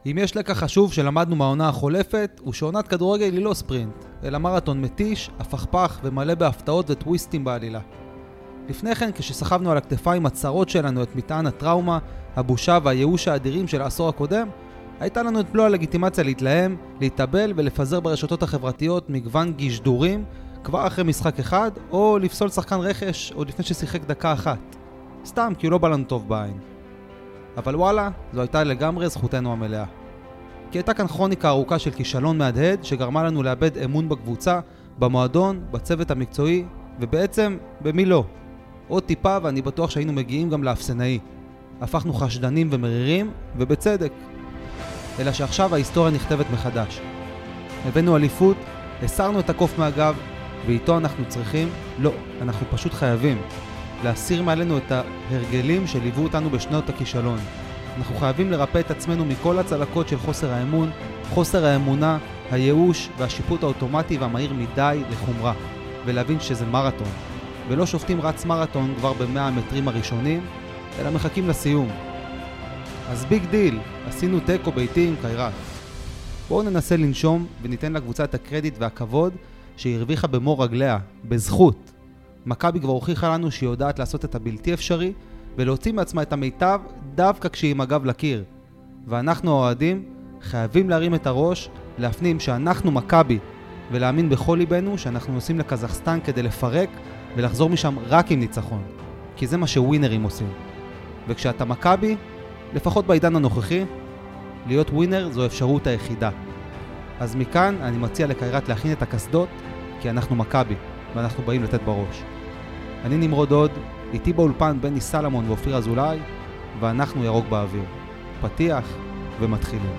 אם יש לקח חשוב שלמדנו מהעונה החולפת, הוא שעונת כדורגל היא לא ספרינט, אלא מרתון מתיש, הפכפך ומלא בהפתעות וטוויסטים בעלילה. לפני כן, כשסחבנו על הכתפיים הצרות שלנו את מטען הטראומה, הבושה והייאוש האדירים של העשור הקודם, הייתה לנו את מלוא הלגיטימציה להתלהם, להתאבל ולפזר ברשתות החברתיות מגוון גשדורים כבר אחרי משחק אחד, או לפסול שחקן רכש עוד לפני ששיחק דקה אחת. סתם, כי הוא לא בא לנו טוב בעין. אבל וואלה, זו הייתה לגמרי זכותנו המלאה. כי הייתה כאן כרוניקה ארוכה של כישלון מהדהד שגרמה לנו לאבד אמון בקבוצה, במועדון, בצוות המקצועי, ובעצם במי לא. עוד טיפה ואני בטוח שהיינו מגיעים גם לאפסנאי. הפכנו חשדנים ומרירים, ובצדק. אלא שעכשיו ההיסטוריה נכתבת מחדש. הבאנו אליפות, הסרנו את הקוף מהגב, ואיתו אנחנו צריכים, לא, אנחנו פשוט חייבים, להסיר מעלינו את ההרגלים שליוו אותנו בשנות הכישלון. אנחנו חייבים לרפא את עצמנו מכל הצלקות של חוסר האמון, חוסר האמונה, הייאוש והשיפוט האוטומטי והמהיר מדי לחומרה, ולהבין שזה מרתון. ולא שופטים רץ מרתון כבר ב100 המטרים הראשונים, אלא מחכים לסיום. אז ביג דיל, עשינו טקו ביתי עם קיירת. בואו ננסה לנשום וניתן לקבוצה את הקרדיט והכבוד שהיא הרוויחה במו רגליה, בזכות. מכבי כבר הוכיחה לנו שהיא יודעת לעשות את הבלתי אפשרי ולהוציא מעצמה את המיטב דווקא כשהיא עם הגב לקיר. ואנחנו האוהדים חייבים להרים את הראש, להפנים שאנחנו מכבי ולהאמין בכל ליבנו שאנחנו נוסעים לקזחסטן כדי לפרק ולחזור משם רק עם ניצחון. כי זה מה שווינרים עושים. וכשאתה מכבי, לפחות בעידן הנוכחי, להיות ווינר זו האפשרות היחידה. אז מכאן אני מציע לקיירת להכין את הכסדות, כי אנחנו מכבי, ואנחנו באים לתת בראש. אני נמרוד עוד, איתי באולפן בני סלמון ואופיר אזולאי, ואנחנו ירוק באוויר. פתיח ומתחילים.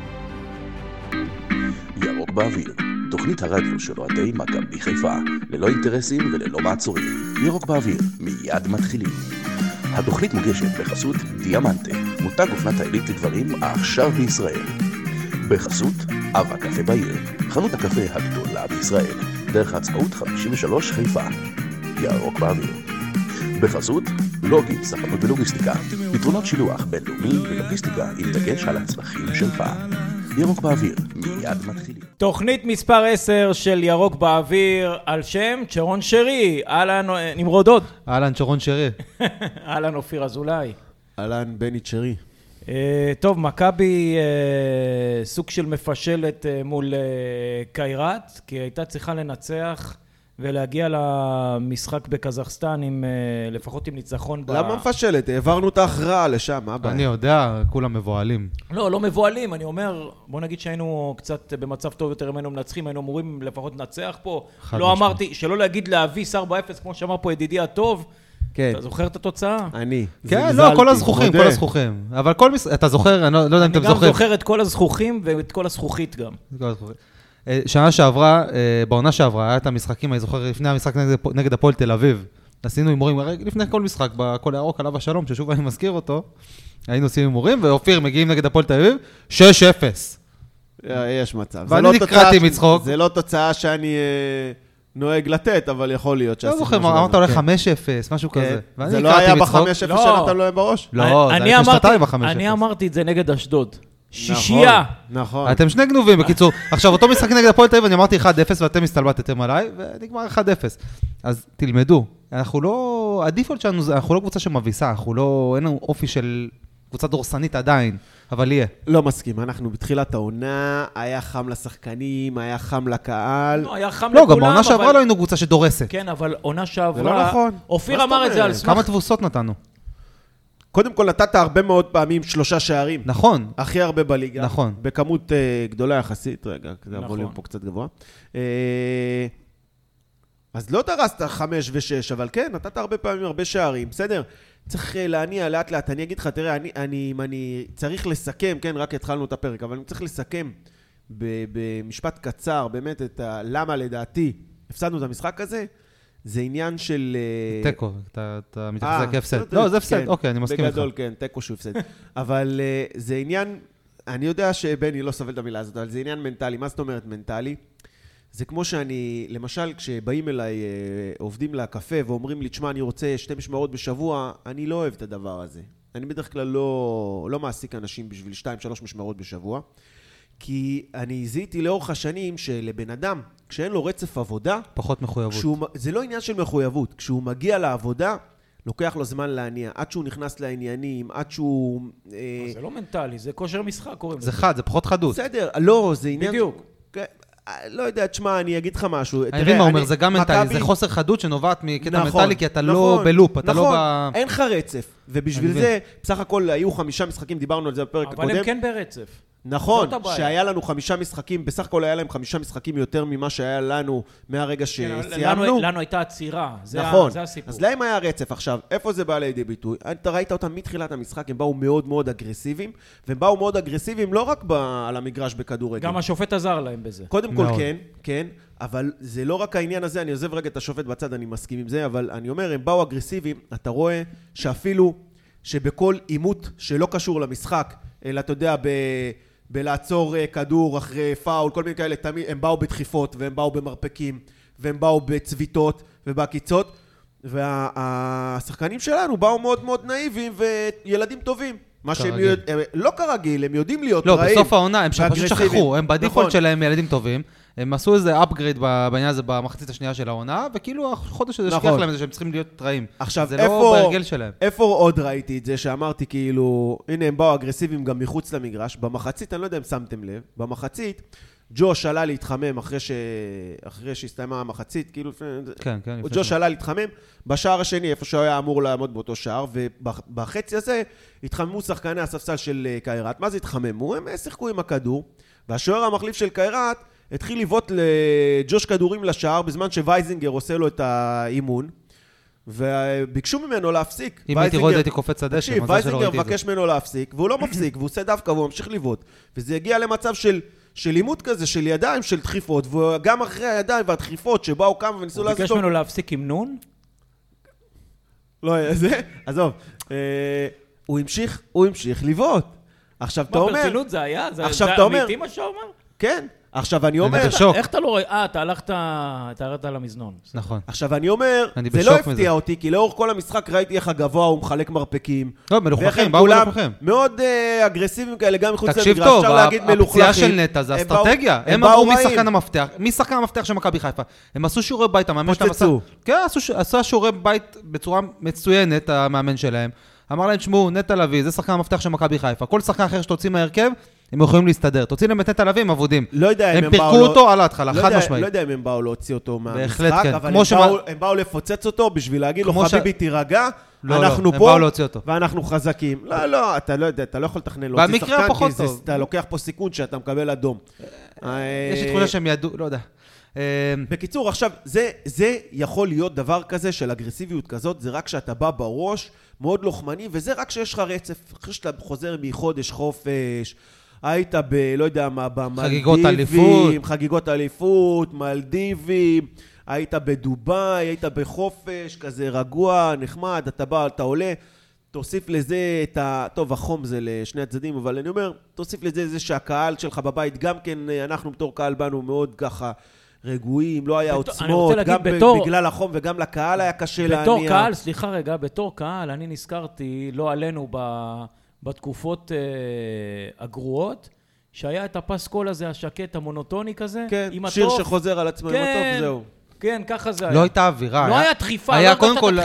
ירוק באוויר, תוכנית הרדיו של אוהדי מכבי חיפה, ללא אינטרסים וללא מעצורים. ירוק באוויר, מיד מתחילים. התוכנית מוגשת בחסות דיאמנטה, מותג אופנת העילית לגברים עכשיו בישראל. בחסות אבא קפה בעיר, חנות הקפה הגדולה בישראל, דרך העצמאות 53 חיפה. ירוק באוויר. בחסות לוגי, ספנות ולוגיסטיקה, פתרונות שילוח בינלאומי ולוגיסטיקה עם דגש על הצרכים שלך. ירוק באוויר, מיד מתחילים. תוכנית מספר 10 של ירוק באוויר על שם צ'רון שרי. אהלן נמרוד עוד. אהלן צ'רון שרי. אהלן אופיר אזולאי. אהלן בני צ'רי. טוב, מכבי סוג של מפשלת מול קיירת, כי הייתה צריכה לנצח ולהגיע למשחק בקזחסטן עם לפחות עם ניצחון. למה מפשלת? העברנו את ההכרעה לשם, מה הבעיה? אני יודע, כולם מבועלים. לא מבועלים, אני אומר, בוא נגיד שהיינו קצת במצב טוב יותר, אם היינו מנצחים, היינו אמורים לפחות לנצח פה. לא אמרתי, שלא להגיד להביס 4-0, כמו שאמר פה ידידי הטוב. אתה זוכר את התוצאה? אני. כן, לא, כל הזכוכים, כל הזכוכים. אבל כל אתה זוכר, אני לא יודע אם אתם זוכרים. אני גם זוכר את כל הזכוכים ואת כל הזכוכית גם. שנה שעברה, בעונה שעברה, היה את המשחקים, אני זוכר, לפני המשחק נגד הפועל תל אביב. עשינו הימורים, לפני כל משחק, בכל הירוק עליו השלום, ששוב אני מזכיר אותו, היינו עושים הימורים, ואופיר מגיעים נגד הפועל תל אביב, 6-0. יש מצב. ואני נקראתי מצחוק. זה לא תוצאה שאני נוהג לתת, אבל יכול להיות לא זוכר, אמרת עולה 5-0, משהו כזה. זה לא היה ב-5-0 שנתן לו בראש? לא, זה היה שנתיים ב-5-0. אני אמרתי את זה נגד אשדוד. שישייה. נכון. אתם שני גנובים, בקיצור. עכשיו, אותו משחק נגד הפועל תל אביב, אני אמרתי 1-0 ואתם הסתלבטתם עליי, ונגמר 1-0. אז תלמדו. אנחנו לא, הדיפולט שלנו, אנחנו לא קבוצה שמביסה, אנחנו לא, אין לנו אופי של קבוצה דורסנית עדיין, אבל יהיה. לא מסכים, אנחנו בתחילת העונה, היה חם לשחקנים, היה חם לקהל. לא, היה חם לכולם, לא, גם העונה שעברה לא היינו קבוצה שדורסת. כן, אבל עונה שעברה... זה לא נכון. אופיר אמר את זה על סמך... כמה תבוסות נתנו? קודם כל נתת הרבה מאוד פעמים 3 שערים. נכון. הכי הרבה בליגה. נכון. בכמות גדולה יחסית. רגע, זה הווליום פה קצת גבוה. אז לא דרסת 5 ו-6, אבל כן, נתת הרבה פעמים הרבה שערים. בסדר? צריך להניע לאט לאט. אני אגיד לך, תראה, אני צריך לסכם, כן, רק התחלנו את הפרק, אבל אני צריך לסכם במשפט קצר, באמת, את למה לדעתי הפסדנו את המשחק הזה. זה עניין של... טקו, אתה מתחזק הפסד. לא, זה הפסד, אוקיי, אני מסכים איתך. בגדול, כן, טקו שהוא הפסד. אבל זה עניין, אני יודע שבני לא סובל את המילה הזאת, אבל זה עניין מנטלי. מה זאת אומרת מנטלי? זה כמו שאני, למשל, כשבאים אליי עובדים לקפה ואומרים לי, תשמע, אני רוצה 2 משמרות בשבוע, אני לא אוהב את הדבר הזה. אני בדרך כלל לא מעסיק אנשים בשביל 2-3 משמרות בשבוע, כי אני זיהיתי לאורך השנים שלבן אדם, כשאין לו רצף עבודה, פחות מחויבות. זה לא עניין של מחויבות. כשהוא מגיע לעבודה, לוקח לו זמן להניע, עד שהוא נכנס לעניינים, עד שהוא... זה לא מנטלי, זה כושר משחק קוראים. זה חד, זה פחות חדות. בסדר, לא, זה עניין... בדיוק. לא יודע, תשמע, אני אגיד לך משהו. אני מבין מה אומר, זה גם מנטלי, זה חוסר חדות שנובעת מקטע מנטלי, כי אתה לא בלופ, אתה לא ב... נכון, אין לך רצף. ובשביל זה, בסך הכל היו 5 משחקים, דיברנו על זה בפרק הקודם. אבל הם כן ברצף. נכון, שהיה לנו 5 משחקים, בסך הכל היה להם 5 משחקים יותר ממה שהיה לנו מהרגע שסיימנו. לנו הייתה עצירה, נכון, זה הסיפור. אז להם היה רצף. עכשיו, איפה זה בא לידי ביטוי? אתה ראית אותם מתחילת המשחק, הם באו מאוד מאוד אגרסיביים, והם באו מאוד אגרסיביים לא רק על המגרש בכדורגל. גם השופט עזר להם בזה. קודם כל כן, כן, אבל זה לא רק העניין הזה, אני עוזב רגע את השופט בצד, אני מסכים עם זה, אבל אני אומר, הם באו אגרסיביים, אתה רואה שאפילו שבכל עימות שלא קשור למשחק, אלא אתה יודע, בלעצור כדור אחרי פאול, כל מיני כאלה, הם באו בדחיפות, והם באו במרפקים, והם באו בצביטות ובעקיצות, והשחקנים שלנו באו מאוד מאוד נאיביים וילדים טובים. מה שהם לא כרגיל, הם יודעים להיות רעים. לא, בסוף העונה, הם פשוט שכחו, הם בדיפולט שלהם ילדים טובים, הם עשו איזה אפגריד בעניין הזה במחצית השנייה של העונה, וכאילו החודש הזה שכח להם זה שהם צריכים להיות רעים. עכשיו, זה לא בהרגל שלהם. איפה עוד ראיתי את זה שאמרתי כאילו, הנה הם באו אגרסיביים גם מחוץ למגרש, במחצית, אני לא יודע אם שמתם לב, במחצית, ג'וש עלה להתחמם אחרי שהסתיימה המחצית, כאילו, ג'וש עלה להתחמם, בשער השני, איפה שהוא היה אמור לעמוד באותו שער, ובחצי הזה התחממו שחקני הספסל של קיירת. מה זה התחממו? הם שיחקו עם הכדור, והשוער המחליף של קיירת התחיל לבעוט לג'וש כדורים לשער, בזמן שווייזינגר עושה לו את האימון, וביקשו ממנו להפסיק. אם הייתי רואה הייתי קופץ הדשא, מזל שלא ראיתי את זה. וייזינגר מבקש ממנו להפסיק, והוא לא מפסיק, והוא עושה דווקא, והוא ממשיך לבעוט. וזה הגיע למצב של לימוד כזה, של ידיים, של דחיפות, וגם אחרי הידיים והדחיפות שבאו כמה וניסו לעשות... הוא ביקש ממנו להפסיק עם נון? לא, זה, עזוב. הוא המשיך לבעוט. עכשיו אתה אומר... מה, ברצינות זה היה? זה אמיתי מה שאומר? כן. עכשיו אני אומר... איך אתה לא רואה? אתה הלכת למזנון. נכון. עכשיו אני אומר, זה לא הפתיע אותי, כי לאורך כל המשחק ראיתי איך הגבוה הוא מחלק מרפקים. לא, מלוכלכים, באו מלוכלכים. מאוד אגרסיביים כאלה, גם מחוץ למגרש. תקשיב טוב, הפציעה של נטע זה אסטרטגיה. הם עברו משחקן המפתח של מכבי חיפה. הם עשו שיעורי בית, המאמן שלהם עשה שיעורי בית בצורה מצוינת, המאמן שלהם. אמר להם, שמעו, נטע לביא, זה שחקן המפתח של מכבי חיפה. כל שחקן אחר שתוציא מהרכב, הם יכולים להסתדר. תוציא להם את נטע לביא, הם עבודים. לא יודע אם הם פירקו אותו על ההתחלה, חד משמעית. לא יודע אם הם באו להוציא אותו מהמשחק, אבל הם באו לפוצץ אותו בשביל להגיד לו, חביבי תירגע, אנחנו פה, ואנחנו חזקים. לא, אתה לא יודע, אתה לא יכול לתכנן להוציא שחקן, כי אתה לוקח פה סיכון שאתה מקבל אדום. יש לי תחושה שהם ידעו, לא יודע. בקיצור, עכשיו, זה יכול להיות דבר כזה של אגרסיביות כזאת, זה רק שאתה בא בראש, מאוד לוחמני, וזה רק שיש לך רצף. אחרי שאתה חוזר מחודש חופש, היית לא יודע מה, במלדיבים, חגיגות אליפות, מלדיבים, היית בדובאי, היית בחופש, כזה רגוע, נחמד, אתה בא, אתה עולה, תוסיף לזה את טוב, החום זה לשני הצדדים, אבל אני אומר, תוסיף לזה זה שהקהל שלך בבית, גם כן, אנחנו בתור קהל באנו מאוד ככה, רגועים, לא היה עוצמות, גם בגלל החום וגם לקהל היה קשה להניע. בתור קהל, סליחה רגע, בתור קהל, אני נזכרתי, לא עלינו בתקופות הגרועות, שהיה את הפסקול הזה, השקט, המונוטוני כזה, כן, שיר שחוזר על עצמו עם הטוב, זהו. כן, ככה זה היה. לא הייתה אווירה. לא היה דחיפה, היה קודם כל,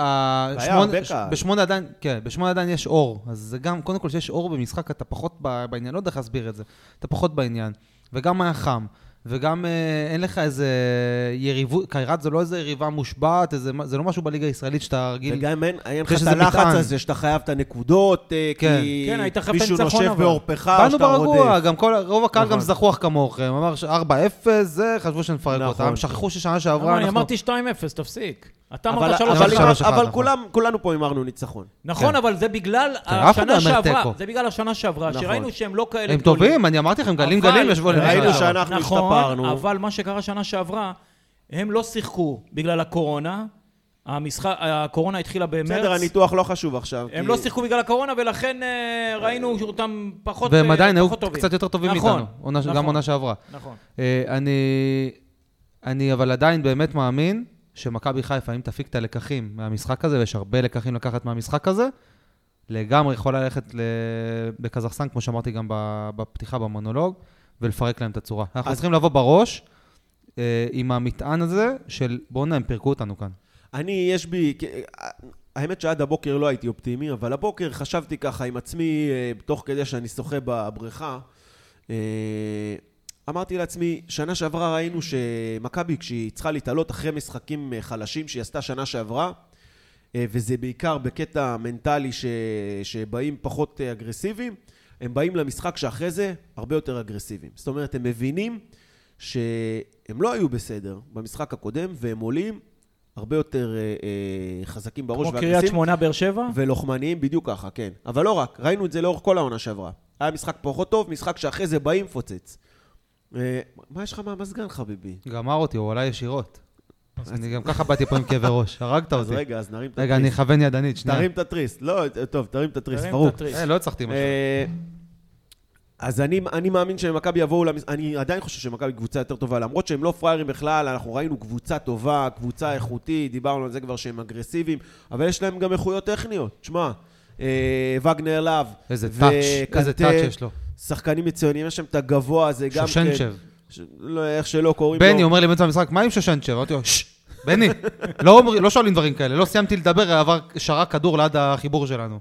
בשמונה עדיין יש אור, אז זה גם, קודם כל שיש אור במשחק, אתה פחות בעניין, לא יודע איך להסביר את זה, אתה פחות בעניין, וגם היה חם. וגם אין לך איזה יריבות, קיירת זה לא איזה יריבה מושבעת, זה לא משהו בליגה הישראלית שאתה רגיל. וגם אין לך את הלחץ הזה שאתה חייב את הנקודות, כי מישהו נושב בעורפך, באנו ברגוע, גם רוב הקהל גם זכוח כמוכם, אמר 4-0, זה חשבו שנפרק אותם, שכחו ששנה שעברה. אני אמרתי 2-0, תפסיק. אתה אמרת 3-1. אבל כולנו פה אמרנו ניצחון. נכון, אבל זה בגלל השנה שעברה, שראינו שהם לא כאלה הם טובים, אני אמרתי לכם, גלים ישבו להם. ראינו שאנחנו השתפרנו. אבל מה שקרה שנה שעברה, הם לא שיחקו בגלל הקורונה, הקורונה התחילה במרץ. בסדר, הניתוח לא חשוב עכשיו. הם לא שיחקו בגלל הקורונה, ולכן ראינו אותם פחות טובים. והם עדיין היו קצת יותר טובים מאיתנו, גם עונה שעברה. נכון. אני אבל עדיין באמת מאמין שמכבי חיפה, אם תפיק את הלקחים מהמשחק הזה, ויש הרבה לקחים לקחת מהמשחק הזה, לגמרי יכול ללכת בקזחסטן, כמו שאמרתי גם בפתיחה במונולוג, ולפרק להם את הצורה. אנחנו צריכים לבוא בראש עם המטען הזה של בואו הם פירקו אותנו כאן. יש בי, האמת שעד הבוקר לא הייתי אופטימי, אבל הבוקר חשבתי ככה עם עצמי, תוך כדי שאני שוחה בבריכה, אמרתי לעצמי, שנה שעברה ראינו שמכבי כשהיא צריכה להתעלות אחרי משחקים חלשים שהיא עשתה שנה שעברה, וזה בעיקר בקטע מנטלי שבאים פחות אגרסיביים, הם באים למשחק שאחרי זה הרבה יותר אגרסיביים. זאת אומרת, הם מבינים שהם לא היו בסדר במשחק הקודם, והם עולים הרבה יותר חזקים בראש ואגרסיביים. כמו קריית שמונה באר שבע? ולוחמניים, בדיוק ככה, כן. אבל לא רק, ראינו את זה לאורך כל העונה שעברה. היה משחק פחות טוב, משחק שאחרי זה באים פוצץ. מה יש לך מהמזגן, חביבי? גמר אותי, הוא עולה ישירות. אני גם ככה באתי פה עם כאבי ראש, הרגת אותי. אז רגע, אז נרים את הטריסט. רגע, אני אכוון ידנית, שנייה. תרים את הטריסט. לא, טוב, תרים את הטריסט, ברור. לא הצלחתי משהו. אז אני מאמין שמכבי יבואו, אני עדיין חושב שמכבי קבוצה יותר טובה, למרות שהם לא פריירים בכלל, אנחנו ראינו קבוצה טובה, קבוצה איכותית, דיברנו על זה כבר שהם אגרסיביים, אבל יש להם גם איכויות טכניות. תשמע, וגנר לב, איזה טאץ' יש לו. שחקנים מצוינים, יש שם את הגבוה הזה, גם שושנצ'ב. איך שלא קוראים לו. בני אומר לי באמצע המשחק, מה עם שושנצ'ב? אמרתי לו, בני, לא שואלים דברים כאלה, לא סיימתי לדבר, עבר שרק כדור ליד החיבור שלנו.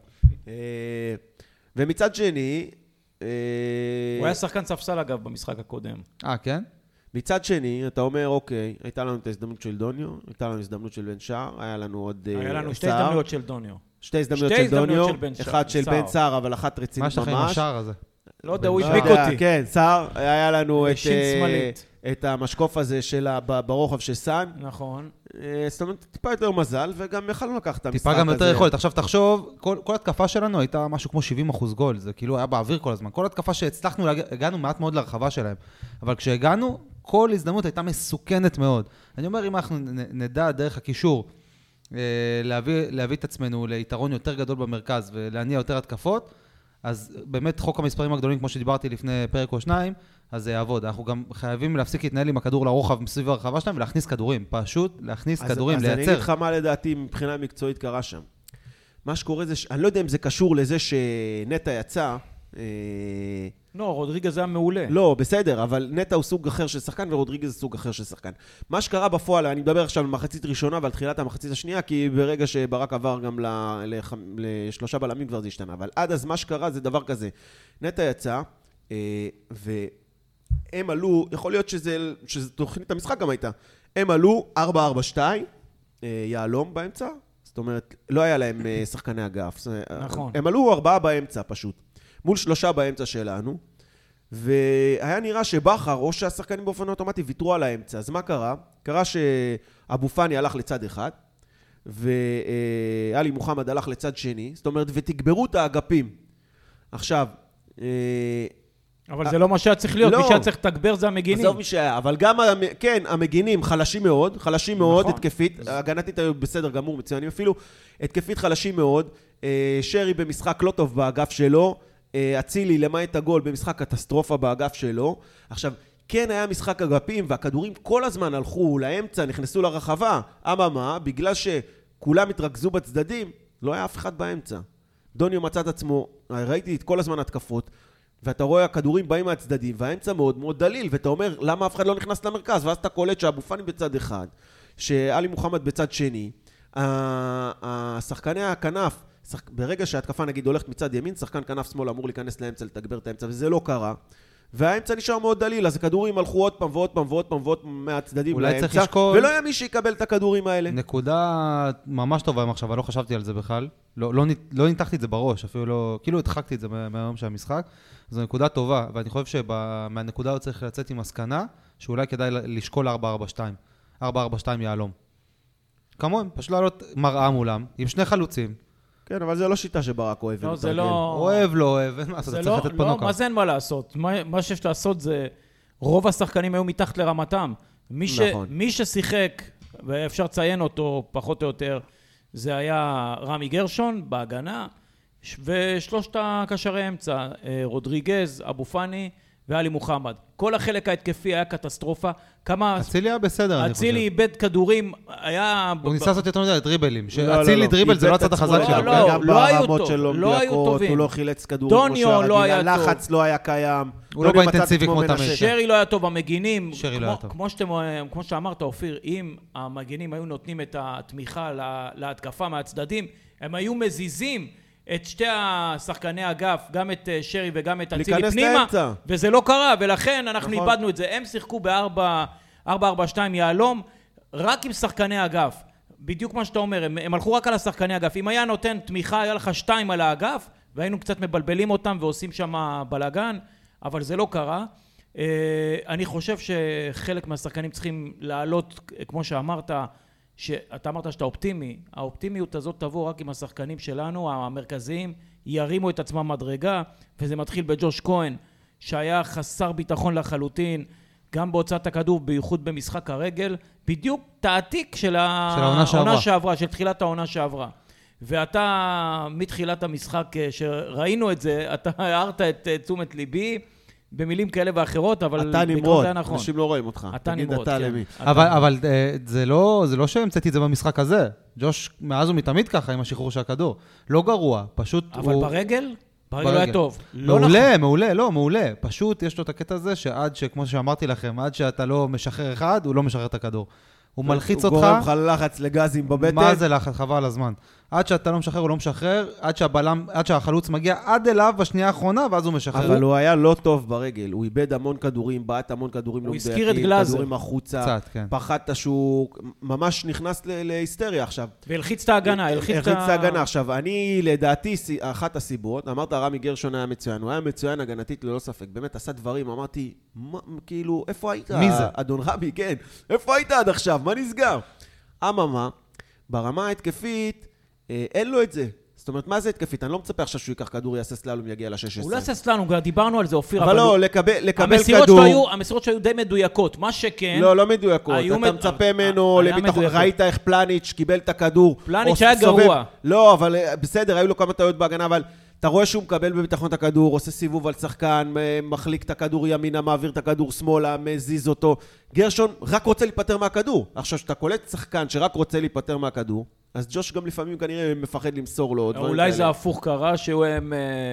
ומצד שני, הוא היה שחקן ספסל אגב במשחק הקודם. כן? מצד שני, אתה אומר, אוקיי, הייתה לנו את ההזדמנות של דוניו, הייתה לנו הזדמנות של בן שער, היה לנו עוד היה לנו שתי הזדמנויות של דוניו. שתי הזדמנויות של דוניו, אחד של בן שער, אבל אחת רצינית ממש. מה שלך עם השער הזה? לא יודע, הוא הדביק אותי. כן, שער, היה לנו את המשקוף הזה ברוחב של סן. נכון. זאת אומרת, טיפה יותר מזל, וגם יכלנו לקחת את המשחק הזה. טיפה גם יותר יכולת. עכשיו תחשוב, כל התקפה שלנו הייתה משהו כמו 70% גול, זה כאילו היה באוויר כל הזמן. כל התקפה שהצלחנו, הגענו מעט מאוד לרחבה שלהם. אבל כשהגענו, כל הזדמנות הייתה מסוכנת מאוד. אני אומר, אם אנחנו נדע דרך הקישור, להביא את עצמנו ליתרון יותר גדול במרכז, ולהניע יותר התקפות, אז באמת חוק המספרים הגדולים, כמו שדיברתי לפני פרק או שניים, אז זה יעבוד. אנחנו גם חייבים להפסיק להתנהל עם הכדור לרוחב מסביב הרחבה שלהם, ולהכניס כדורים. פשוט להכניס כדורים, לייצר. אז אני אגיד לך מה לדעתי מבחינה מקצועית קרה שם. מה שקורה זה, אני לא יודע אם זה קשור לזה שנטע יצא. לא, רודריגז היה מעולה. לא, בסדר, אבל נטע הוא סוג אחר של שחקן, ורודריגז זה סוג אחר של שחקן. מה שקרה בפועל, אני מדבר עכשיו על מחצית ראשונה ועל תחילת המחצית השנייה, כי ברגע שברק עבר גם לשלושה בלמים כבר זה השתנה. אבל עד אז מה שקרה זה דבר כזה. נטע יצא, והם עלו, יכול להיות שזה תוכנית המשחק גם הייתה, הם עלו 4-4-2, יעלום באמצע, זאת אומרת, לא היה להם שחקני אגף. נכון. הם עלו 4 באמצע פשוט. מול 3 באמצע שלנו, והיה נראה שבחר, או שהשחקנים באופן אוטומטי ויתרו על האמצע. אז מה קרה? קרה שאבו פאני הלך לצד אחד, ואלי מוחמד הלך לצד שני, זאת אומרת, ותגברו את האגפים. עכשיו, אבל זה לא מה שהיה צריך להיות, מי שהיה צריך לתגבר זה המגינים. עזוב מי שהיה, אבל גם, כן, המגינים חלשים מאוד, התקפית, הגנתית היו בסדר גמור, מצוינים אפילו, התקפית חלשים מאוד, שרי במשחק לא טוב באגף שלו, אצילי למעט הגול במשחק קטסטרופה באגף שלו. עכשיו, כן היה משחק אגפים, והכדורים כל הזמן הלכו לאמצע, נכנסו לרחבה. אממה, בגלל שכולם התרכזו בצדדים, לא היה אף אחד באמצע. דוניו מצא את עצמו, ראיתי את כל הזמן התקפות, ואתה רואה הכדורים באים מהצדדים, והאמצע מאוד מאוד דליל, ואתה אומר, למה אף אחד לא נכנס למרכז? ואז אתה קולט שאבו פאני בצד אחד, שאלי מוחמד בצד שני, השחקני הכנף, ברגע שההתקפה נגיד הולכת מצד ימין, שחקן כנף שמאל אמור להיכנס לאמצע, לתגבר את האמצע, וזה לא קרה. והאמצע נשאר מאוד דליל, אז הכדורים הלכו עוד פעם ועוד פעם ועוד פעם ועוד פעם מהצדדים לאמצע, ולא היה מי שיקבל את הכדורים האלה. נקודה ממש טובה עכשיו, אני לא חשבתי על זה בכלל, לא ניתחתי את זה בראש, אפילו לא, כאילו הדחקתי את זה מהיום של המשחק, זו נקודה טובה, ואני חושב שמהנקודה הוא צריך לצאת עם מסקנה, שאולי כדאי לשקול 4-4-2 יעלום. כמובן, פשוט לעלות מראה מולם, עם שני חלוצים. כן, אבל זה לא שיטה שברק אוהב. לא, זה לא... אוהב, לא אוהב, מה, אתה צריך לתת פה נוקאוט. מה זה אין מה לעשות? מה שיש לעשות זה, רוב השחקנים היו מתחת לרמתם. מי ששיחק, ואפשר לציין אותו פחות או יותר, זה היה רמי גרשון בהגנה, ושלושת הקשרי אמצע, רודריגז, אבו פאני ואלי מוחמד. כל החלק ההתקפי היה קטסטרופה. כמה... אצילי היה בסדר, אני חושב. אצילי איבד כדורים, היה... הוא ניסה לעשות יותר מדי דריבלים. אצילי דריבל זה לא הצד החזק שלו. לא היו טוב, לא היו טובים. הוא לא חילץ כדורים. דוניו לא היה טוב. הלחץ לא היה קיים. הוא לא באינטנסיבי כמו תמיד. שרי לא היה טוב, המגינים. שרי לא היה טוב. כמו שאמרת, אופיר, אם המגינים היו נותנים את התמיכה להתקפה מהצדדים, הם היו מזיזים את שתי השחקני אגף, גם את שרי וגם את אצילי פנימה, וזה לא קרה, ולכן אנחנו איבדנו את זה. הם שיחקו ב-4-4-2 יעלום, רק עם שחקני אגף. בדיוק מה שאתה אומר, הם הלכו רק על השחקני אגף. אם היה נותן תמיכה, היה לך 2 על האגף, והיינו קצת מבלבלים אותם ועושים שם בלגן, אבל זה לא קרה. אני חושב שחלק מהשחקנים צריכים לעלות, כמו שאמרת, שאתה אמרת שאתה אופטימי, האופטימיות הזאת תבוא רק עם השחקנים שלנו, המרכזיים, ירימו את עצמם מדרגה, וזה מתחיל בג'וש כהן, שהיה חסר ביטחון לחלוטין, גם בהוצאת הכדור, בייחוד במשחק הרגל, בדיוק תעתיק של העונה שעברה, של תחילת העונה שעברה. ואתה, מתחילת המשחק שראינו את זה, אתה הערת את תשומת ליבי, במילים כאלה ואחרות, אבל... אתה נמרוד, אנשים לא רואים אותך. אתה נמרוד, כן. למי. אבל זה לא שהמצאתי את זה במשחק הזה. ג'וש מאז ומתמיד ככה עם השחרור של הכדור. לא גרוע, פשוט אבל הוא... ברגל? ברגל היה טוב. מעולה. פשוט יש לו את הקטע הזה שעד שכמו שאמרתי לכם, עד שאתה לא משחרר אחד, הוא לא משחרר את הכדור. הוא מלחיץ אותך. הוא גורם לך לחץ לגזים בבטן. מה זה לחץ? חבל הזמן. עד שאתה לא משחרר, הוא לא משחרר, עד שהחלוץ מגיע עד אליו בשנייה האחרונה, ואז הוא משחרר. אבל הוא היה לא טוב ברגל, הוא איבד המון כדורים, בעט המון כדורים, הוא הזכיר את גלאזר. כדורים החוצה, קצת, כן. פחד את השוק, ממש נכנס להיסטריה עכשיו. והלחיץ את ההגנה, הלחיץ את ההגנה. עכשיו, אני לדעתי, אחת הסיבות, אמרת רמי גרשון היה מצוין, הוא היה מצוין הגנתית ללא ספק, באמת עשה דברים, אמרתי, כאילו, איפה היית? מי זה? אדון רבי, כן. איפה היית עד עכשיו? מה נסגר? אממה, ברמה ההתקפית, אין לו את זה. זאת אומרת, מה זה התקפית? אני לא מצפה עכשיו שהוא ייקח כדור, יעשה סללום, יגיע ל-16. הוא לא יעשה סללום, דיברנו על זה, אופיר. אבל לא, לקבל כדור. המסירות שהיו די מדויקות, מה שכן... לא מדויקות. אתה מצפה ממנו לביטחון. ראית איך פלניץ' קיבל את הכדור. פלניץ' היה גרוע. לא, אבל בסדר, היו לו כמה טעויות בהגנה, אבל אתה רואה שהוא מקבל בביטחון את הכדור, עושה סיבוב על שחקן, מחליק את הכדור ימינה, מעביר את הכדור שמאלה, מזיז אותו. גרשון רק רוצה להיפטר מהכדור. עכשיו, שאתה קולט שחקן שרק רוצה להיפטר מהכדור, אז ג'וש גם לפעמים כנראה מפחד למסור לו. אולי זה הפוך קרה שהם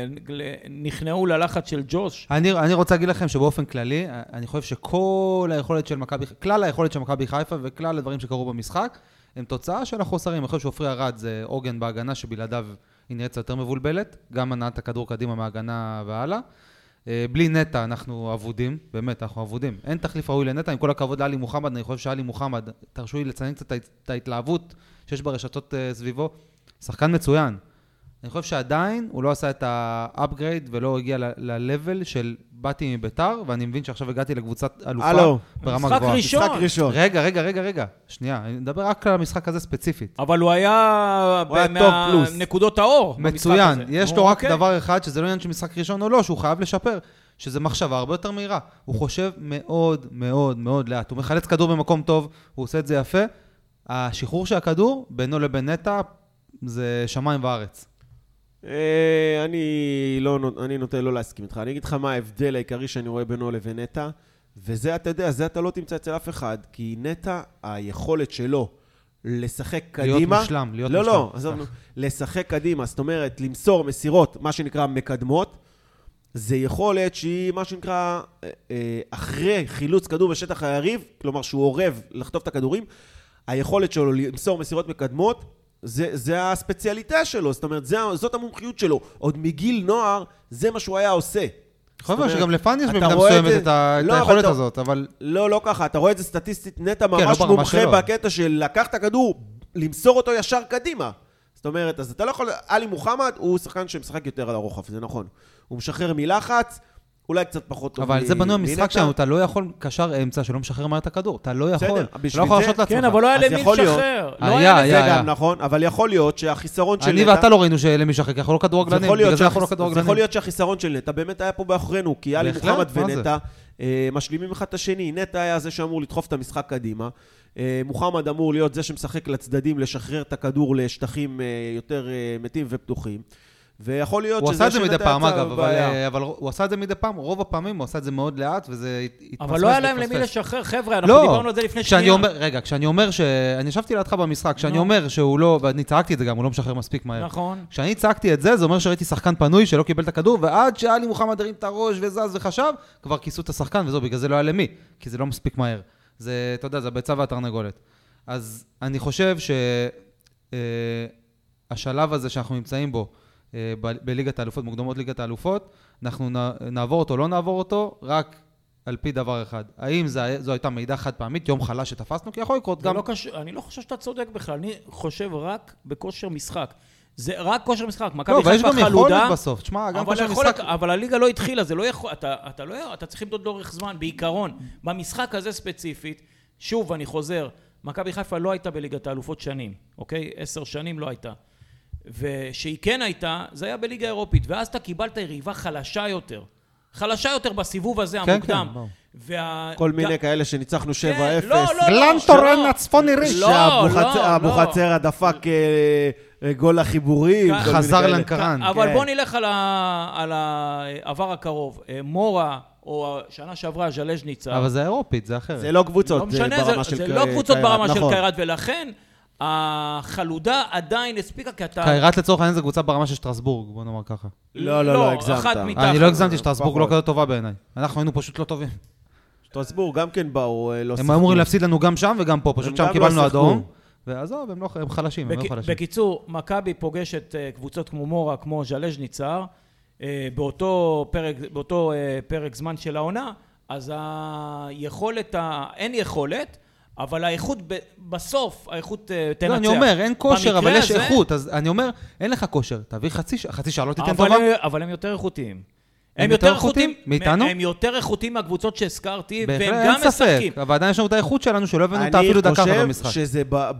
נכנעו ללחץ של ג'וש. אני רוצה להגיד לכם שבאופן כללי, אני חושב שכל היכולת של מכבי, כלל היכולת של מכבי חיפה וכלל הדברים שקרו במשחק, הם תוצאה של החוסרים. אני חושב שעופרי ארד זה עוגן בהגנה שבלעדיו היא נראית יותר מבולבלת, גם מנעת הכדור קדימה מההגנה והלאה. בלי נטה אנחנו אבודים, באמת אנחנו אבודים. אין תחליף ראוי לנטה, עם כל הכבוד לאלי מוחמד, אני חושב שאלי מוחמד, תרשו לי לציין קצת את ההתלהבות שיש ברשתות סביבו, שחקן מצוין. אני חושב שעדיין הוא לא עשה את האפגרייד ולא הגיע ל-level של באתי מביתר, ואני מבין שעכשיו הגעתי לקבוצת אלופה ברמה גבוהה. משחק ראשון. רגע. שנייה, אני מדבר רק על המשחק הזה ספציפית. אבל הוא היה מהנקודות האור. מצוין. יש לו רק דבר אחד, שזה לא עניין של משחק ראשון או לא, שהוא חייב לשפר, שזה מחשבה הרבה יותר מהירה. הוא חושב מאוד מאוד מאוד לאט. הוא מחלץ כדור במקום טוב, הוא עושה את זה יפה. השחרור של הכדור, בינו לבין נטע, זה שמיים וארץ. אני נוטה לא להסכים איתך. אני אגיד לך מה ההבדל העיקרי שאני רואה בינו לבין נטע, וזה אתה יודע, זה אתה לא תמצא אצל אף אחד, כי נטע, היכולת שלו לשחק קדימה... להיות מושלם. לא, עזובנו. לשחק קדימה, זאת אומרת, למסור מסירות, מה שנקרא מקדמות, זה יכולת שהיא מה שנקרא, אחרי חילוץ כדור בשטח היריב, כלומר שהוא עורב לחטוף את הכדורים, היכולת שלו למסור מסירות מקדמות, זה הספציאליטה שלו, זאת אומרת, זאת המומחיות שלו. עוד מגיל נוער, זה מה שהוא היה עושה. חושב שגם לפן יש במידה מסוימת את היכולת הזאת, אבל... לא ככה, אתה רואה את זה סטטיסטית, נטע ממש מומחה בקטע של לקח את הכדור, למסור אותו ישר קדימה. זאת אומרת, אז אתה לא יכול... אלי מוחמד הוא שחקן שמשחק יותר על הרוחב, זה נכון. הוא משחרר מלחץ, אולי קצת פחות טוב. אבל זה בנוי המשחק שלנו, אתה לא יכול קשר אמצע שלא משחרר מהר את הכדור, אתה לא יכול. אתה לא יכול לשעות לעצמך. כן, אבל לא היה למי לשחרר. זה גם נכון, אבל יכול להיות שהחיסרון של נטע... אני ואתה לא ראינו שלמי לשחרר, כי יכול להיות כדורגלנים, בגלל זה יכול להיות כדורגלנים. זה יכול להיות שהחיסרון של נטע באמת היה פה באחרינו, כי אלי מוחמד ונטע משלימים אחד את השני. נטע היה זה שאמור לדחוף את המשחק קדימה. מוחמד אמור להיות זה שמשחק לצדדים, לשחרר את הכדור לשטחים יותר מתים ופתוחים. ויכול להיות הוא עשה את זה מדי פעם, אגב, בעיה. אבל הוא עשה את זה מדי פעם, רוב הפעמים הוא עשה את זה מאוד לאט, וזה התפספס. אבל לא היה להם למי לשחרר, חבר'ה, אנחנו דיברנו על זה לפני שנייה. רגע, כשאני אומר אני ישבתי לידך במשחק, כשאני אומר שהוא לא, ואני צעקתי את זה גם, הוא לא משחרר מספיק מהר. נכון. כשאני צעקתי את זה, זה אומר שראיתי שחקן פנוי שלא קיבל את הכדור, ועד שאלי מוחמד הרים את הראש וזז וחשב, כבר כיסו את השחקן, וזהו, בגלל זה לא היה למי, כי זה לא מספיק מהר. זה, אתה יודע, זה הביצה והתרנגולת. אז אני חושב שהשלב הזה שאנחנו נמצאים בו, בליגת האלופות, מוקדמות ליגת האלופות, אנחנו נעבור אותו, לא נעבור אותו, רק על פי דבר אחד. האם זו הייתה מידע חד פעמית, יום חלש שתפסנו, כי יכול לקרות גם... אני לא חושב שאתה צודק בכלל, אני חושב רק בכושר משחק. זה רק כושר משחק, מכבי חיפה חלודה. לא, ויש גם יכולת בסוף, תשמע, גם כושר משחק... אבל הליגה לא התחילה, זה לא יכול... אתה צריך למדוד לאורך זמן, בעיקרון. במשחק הזה ספציפית, שוב, אני חוזר, מכבי חיפה לא הייתה בליגת האלופות שנים, אוקיי? 10 שנים לא הייתה. ושהיא כן הייתה, זה היה בליגה אירופית, ואז אתה קיבלת יריבה חלשה יותר בסיבוב הזה המוקדם. כל מיני כאלה שניצחנו 7-0. גלנטורן הצפוני ריש. שהבוחצר דפק גול החיבורים. חזר לנקרן. אבל בוא נלך על העבר הקרוב. מורה, או שנה שעברה, ז'לז'ניצה. אבל זה אירופית, זה אחרת. זה לא קבוצות, זה ברמה של קיירת. זה לא קבוצות ברמה של קיירת, ולכן... החלודה עדיין הספיקה כי אתה... קיירת לצורך העניין זה קבוצה ברמה של שטרסבורג, בוא נאמר ככה. לא, הגזמת. אני לא הגזמתי, שטרסבורג לא כזאת טובה בעיניי. אנחנו היינו פשוט לא טובים. שטרסבורג גם כן באו, לא שיחקו. הם אמורים להפסיד לנו גם שם וגם פה, פשוט שם קיבלנו אדום. ועזוב, הם חלשים, הם לא חלשים. בקיצור, מכבי פוגשת קבוצות כמו מורה, כמו ז'לז'ניצה, באותו פרק זמן של העונה, אז היכולת, אין יכולת, אבל האיכות בסוף, האיכות תנצח. לא, אני אומר, אין כושר, אבל יש איכות. אז אני אומר, אין לך כושר. תביא חצי שעה, לא תיתן טובה. אבל הם יותר איכותיים. הם יותר איכותיים? מאיתנו? הם יותר איכותיים מהקבוצות שהזכרתי, והם גם משחקים. אבל עדיין יש לנו את האיכות שלנו, שלא הבאנו אותה אפילו דקה במשחק. אני חושב שזה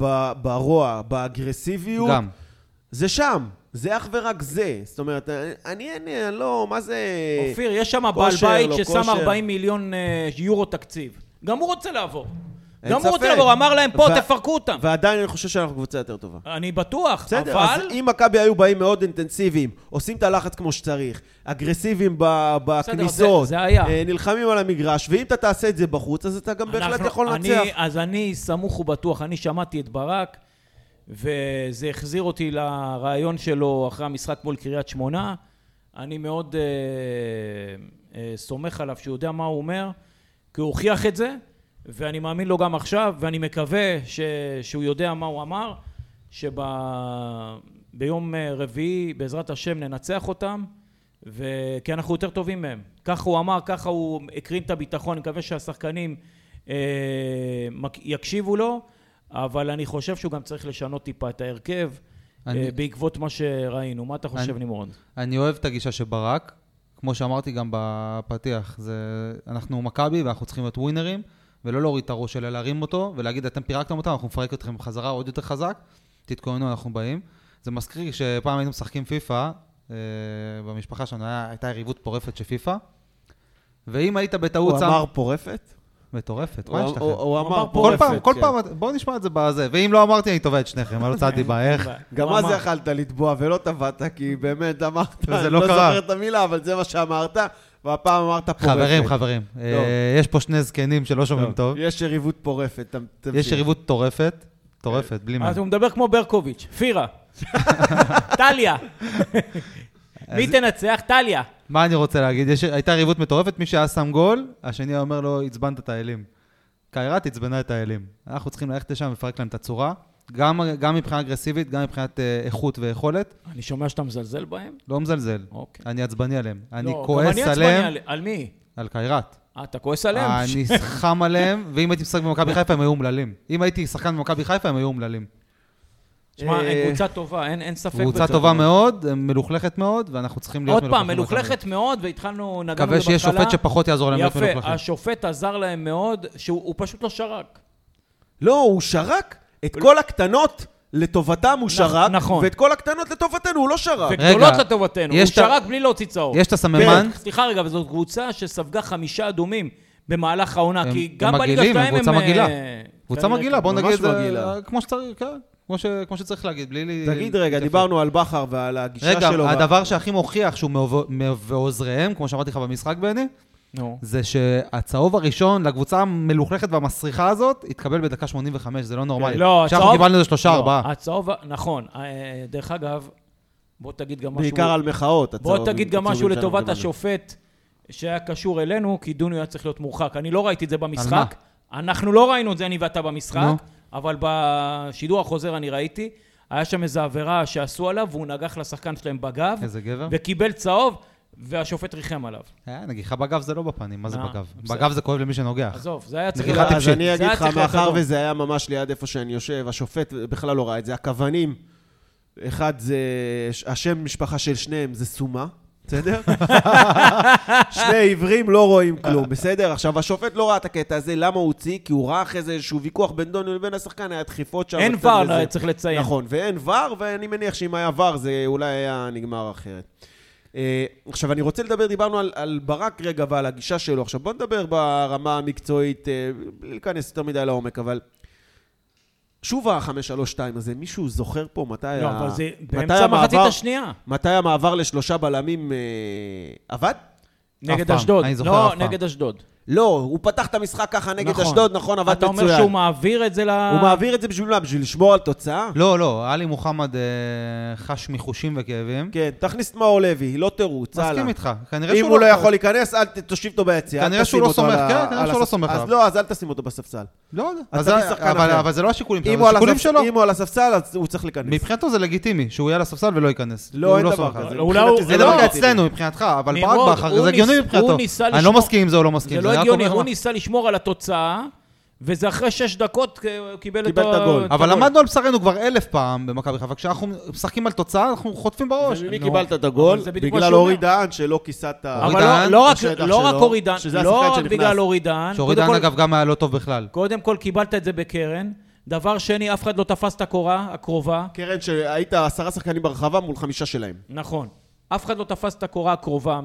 ברוע, באגרסיביות, זה שם. זה אך ורק זה. זאת אומרת, אני לא, מה זה... אופיר, יש שם בעל בית ששם 40 מיליון יורו תקציב. גם הוא רוצה לעבור. גם הוא רוצה לעבור, אמר להם פה, תפרקו אותם. ועדיין אני חושב שאנחנו קבוצה יותר טובה. אני בטוח, בסדר, אז אם מכבי היו באים מאוד אינטנסיביים, עושים את הלחץ כמו שצריך, אגרסיביים בכניסות, נלחמים על המגרש, ואם אתה תעשה את זה בחוץ, אז אתה גם בהחלט יכול לנצח. אז אני סמוך ובטוח, אני שמעתי את ברק, וזה החזיר אותי לרעיון שלו אחרי המשחק מול קריית שמונה. אני מאוד סומך עליו שהוא יודע מה הוא אומר, כי הוא הוכיח את זה, ואני מאמין לו גם עכשיו, ואני מקווה שהוא יודע מה הוא אמר, שביום רביעי בעזרת השם ננצח אותם, כי אנחנו יותר טובים מהם. ככה הוא אמר, ככה הוא הקרין את הביטחון, אני מקווה שהשחקנים יקשיבו לו, אבל אני חושב שהוא גם צריך לשנות טיפה את ההרכב, בעקבות מה שראינו. מה אתה חושב, נמרוד? אני אוהב את הגישה שברק, כמו שאמרתי גם בפתיח, אנחנו מכבי ואנחנו צריכים להיות ווינרים, ולא להוריד את הראש, אלא להרים אותו, ולהגיד, אתם פירקתם אותם, אנחנו נפרק אתכם בחזרה עוד יותר חזק, תתכוננו, אנחנו באים. זה מזכיר שפעם היינו משחקים פיפה, במשפחה שלנו הייתה יריבות פורפת של פיפה, ואם היית בטעות... הוא אמר פורפת? מטורפת, מה יש לכם? הוא אמר פורפת. כל פעם, בואו נשמע את זה בזה, ואם לא אמרתי, אני תובע את שניכם, על צעדי בה, איך? גם אז יכלת לתבוע ולא תבעת, כי באמת אמרת, וזה לא קרה. זוכר את המילה, אבל זה מה שאמרת, והפעם אמרת פורפת. חברים, יש פה שני זקנים שלא שומעים טוב. יש יריבות פורפת. יש יריבות טורפת, בלי מה. אז הוא מדבר כמו ברקוביץ', פירה. טליה. מי תנצח? טליה. מה אני רוצה להגיד? הייתה יריבות מטורפת, מי שהיה שם גול, השני אומר לו, הצבנת את האלים. קיירת הצבנה את האלים. אנחנו צריכים ללכת לשם ולפרק להם את הצורה, גם מבחינה אגרסיבית, גם מבחינת איכות ויכולת. אני שומע שאתה מזלזל בהם? לא מזלזל. אני עצבני עליהם. אני לא, כועס עליהם. על מי? על קיירת. אתה כועס עליהם? אני חם עליהם, ואם הייתי משחק במכבי חיפה, הם היו אומללים. אם הייתי שחקן במכבי חיפה, הם היו אומללים. תשמע, הם קבוצה טובה, אין ספק בזה. קבוצה טובה מאוד, מלוכלכת מאוד, ואנחנו צריכים להיות מלוכלכים. עוד פעם, מלוכלכת מאוד, והתחלנו, נגענו מקווה שיהיה שופט שפחות יעזור להם להיות מלוכלכים. יפה, השופט עזר להם מאוד, שהוא פשוט לא שרק. לא, הוא שרק את כל הקטנות לטובתם הוא שרק, ואת כל הקטנות לטובתנו הוא לא שרק. וגדולות לטובתנו, הוא שרק בלי להוציא צהוב. יש את הסממן. סליחה רגע, וזאת קבוצה שספגה 5 אדומים במהלך העונה, כי גם בליגה שלהם הם... קבוצה מגעילה, בוא נגיד כמו שצריך, כן. כמו שצריך להגיד, בלי... תגיד רגע, דיברנו על בכר ועל הגישה שלו. רגע, הדבר שהכי מוכיח שהוא ועוזריהם, כמו שאמרתי לך במשחק בני, זה שהצהוב הראשון לקבוצה המלוכלכת והמסריחה הזאת, התקבל בדקה 85, זה לא נורמלי. שאנחנו קיבלנו לזה 3-4. הצהוב, נכון. דרך אגב, בוא תגיד גם משהו... בעיקר על מחאות. בוא תגיד גם משהו לטובת השופט שהיה קשור אלינו, כי דוניו היה צריך להיות מורחק. אני לא ראיתי את זה במשחק. אנחנו לא ראינו את זה, אני ואתה במשחק, אבל בשידור החוזר אני ראיתי. היה שם איזו עבירה שעשו עליו, והוא נגח לשחקן שלהם בגב. איזה גבר. וקיבל צהוב. והשופט ריחם עליו. נגיחה בגב זה לא בפנים, מה זה בגב? בגב זה כואב למי שנוגח. עזוב, זה היה צריך... אז אני אגיד לך, מאחר וזה היה ממש ליד איפה שאני יושב, השופט בכלל לא ראה את זה. הכוונים, אחד זה, השם משפחה של שניהם זה סומה, בסדר? שני עיוורים לא רואים כלום, בסדר? עכשיו, השופט לא ראה את הקטע הזה, למה הוא הוציא? כי הוא ראה אחרי זה איזשהו ויכוח בין דוניו לבין השחקן, היה דחיפות שם. אין ור, צריך לציין. נכון, ואין ור, ואני מניח שאם היה ור, זה אולי היה נגמר אחרת. עכשיו, אני רוצה לדבר, דיברנו על ברק רגע ועל הגישה שלו. עכשיו, בוא נדבר ברמה המקצועית, בלי להיכנס יותר מדי לעומק, אבל שוב ה-5-3-2 הזה, מישהו זוכר פה מתי לא, אבל זה באמצע מחצית השנייה. מתי המעבר ל3 בלמים עבד? נגד אשדוד. לא, נגד אשדוד. לא, הוא פתח את המשחק ככה נגד אשדוד, נכון, עבד מצוין. אתה אומר שהוא מעביר את זה הוא מעביר את זה בשביל מה? בשביל לשמור על תוצאה? לא, עלי מוחמד חש מחושים וכאבים. כן, תכניס את מאור לוי, לא תירוץ, מסכים איתך. אם הוא לא יכול להיכנס, אל תושיב אותו ביציאה. כנראה שהוא לא סומך, כן, כנראה שהוא לא סומך. אז לא, אז אל תשים אותו בספסל. לא, אבל זה לא השיקולים שלו, זה השיקולים שלו. אם הוא על הספסל, אז הוא צריך להיכנס. מבחינתו זה לגיטימי, שהוא יהיה על הספסל ולא ייכנס. לא, אין דבר כזה. זה דבר אצלנו מבחינתך, אבל ברק בכר, זה הגיוני מבחינתו. אני לא מסכים עם זה או לא מסכים. זה לא הגיוני, הוא ניסה לשמור על התוצאה, וזה אחרי 6 דקות קיבל את הגול. אבל למדנו על בשרנו כבר 1000 פעם במכבי חיפה, כשאנחנו משחקים על תוצאה, אנחנו חוטפים בראש. ומי קיבלת את הגול? בגלל אורי דהן שלא כיסת אבל לא רק אורי דהן, לא רק בגלל אורי דהן. שאורי דהן אגב גם היה לא טוב בכלל. קודם כל קיבלת את זה בקרן. דבר שני, אף אחד לא תפס את הקורה הקרובה. קרן שהיית 10 שחקנים ברחבה מול 5 שלהם. נכון. אף אחד לא תפס את הקורה הקרובה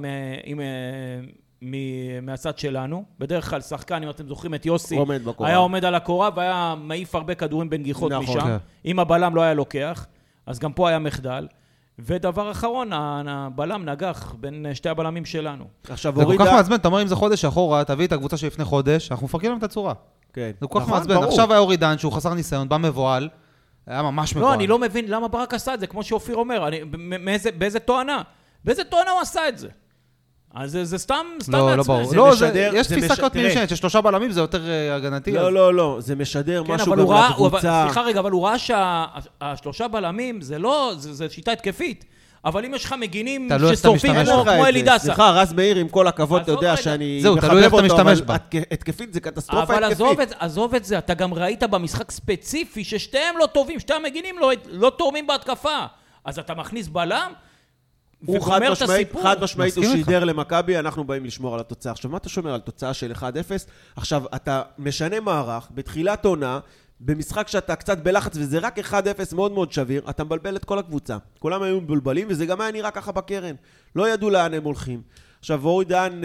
מהצד שלנו. בדרך כלל שחקן, אם אתם זוכרים את יוסי, היה עומד על הקורה והיה מעיף הרבה כדורים בנגיחות משם. אם הבלם לא היה לוקח, אז גם פה היה מחדל. ודבר אחרון, הבלם נגח בין שתי הבלמים שלנו. זה כל כך מעצבן, אתה אומר אם זה חודש אחורה, תביא את הקבוצה שלפני חודש, אנחנו מפרקים להם את הצורה. זה כל כך מעצבן. עכשיו היה אורי דהן שהוא חסר ניסיון, בא מבועל, היה ממש מבועל. לא, אני לא מבין למה ברק עשה את זה, כמו שאופיר אומר, באיזה תואנה? באיזה תואנה הוא עשה את זה? אז זה סתם מעצבן. לא, יש תפיסה כזאת מיושנת, ש3 בלמים זה יותר הגנתי. לא, זה משדר משהו גם לקבוצה. סליחה רגע, אבל הוא ראה שה3 בלמים זה שיטה התקפית. אבל אם יש לך מגינים ששורפים כמו אלי דסה. סליחה, רז מאיר, עם כל הכבוד, אתה יודע שאני מחבב אותו, אבל התקפית זה קטסטרופה התקפית. אבל עזוב את זה, אתה גם ראית במשחק ספציפי ששתיהם לא טובים, שתי המגינים לא תורמים בהתקפה. אז אתה מכניס בלם, הוא חד משמעית, הוא שידר למכבי, אנחנו באים לשמור על התוצאה. עכשיו, מה אתה שומר על תוצאה של 1-0? עכשיו, אתה משנה מערך, בתחילת עונה, במשחק שאתה קצת בלחץ, וזה רק 1-0 מאוד מאוד שביר, אתה מבלבל את כל הקבוצה. כולם היו מבולבלים, וזה גם היה נראה ככה בקרן. לא ידעו לאן הם הולכים. עכשיו, אורי דהן,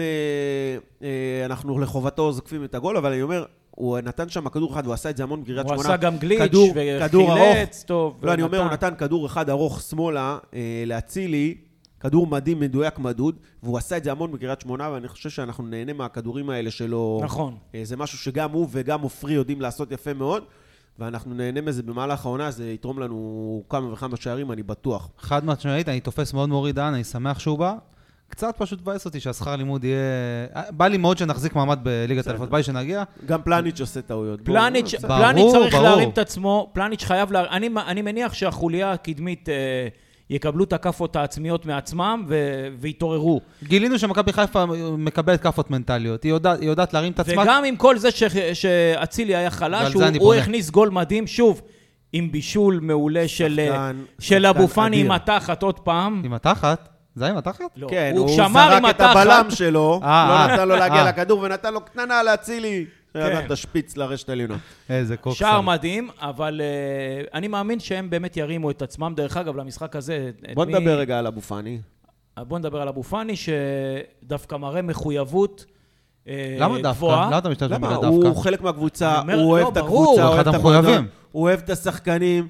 אנחנו לחובתו זוקפים את הגול, אבל אני אומר, הוא נתן שם כדור אחד, הוא עשה את זה המון בגרירת שמונה. הוא עשה גם גליץ' וחילץ טוב. לא, אני אומר, הוא נתן כדור אחד ארוך שמאלה, להצילי, כדור מדהים, מדויק מדוד, והוא עשה את זה המון בקריית שמונה, ואני חושב שאנחנו נהנה מהכדורים האלה שלו. נכון. זה משהו שגם הוא וגם אופרי יודעים לעשות יפה מאוד, ואנחנו נהנה מזה במהלך העונה, זה יתרום לנו כמה וכמה שערים, אני בטוח. חד משמעית, אני תופס מאוד מאורי דהן, אני שמח שהוא בא. קצת פשוט בייס אותי שהשכר לימוד יהיה... בא לי מאוד שנחזיק מעמד בליגת האלופות, ביי שנגיע. גם פלניץ' עושה טעויות. פלניץ' צריך להרים את עצמו, פלניץ' חייב להרים... אני מניח שהחוליה הקדמית יקבלו את הכפות העצמיות מעצמם והתעוררו. גילינו שמכבי חיפה מקבלת כפות מנטליות, היא יודעת להרים את עצמה. וגם עם כל זה שאצילי היה חלש, הוא הכניס גול מדהים, שוב, עם בישול מעולה של אבו פאני עם התחת עוד פעם. עם התחת? זה עם התחת? לא. כן, הוא זרק את הבלם שלו, לא נתן לו להגיע לכדור ונתן לו קטנה להצילי. נתן את השפיץ לרשת העליונה. איזה קוקסן. שער מדהים, אבל אני מאמין שהם באמת ירימו את עצמם. דרך אגב, למשחק הזה... בוא נדבר רגע על אבו פאני. בוא נדבר על אבו פאני, שדווקא מראה מחויבות למה דווקא? למה אתה משתמש במילה דווקא? הוא חלק מהקבוצה, הוא אוהב את הקבוצה, הוא אוהב את השחקנים.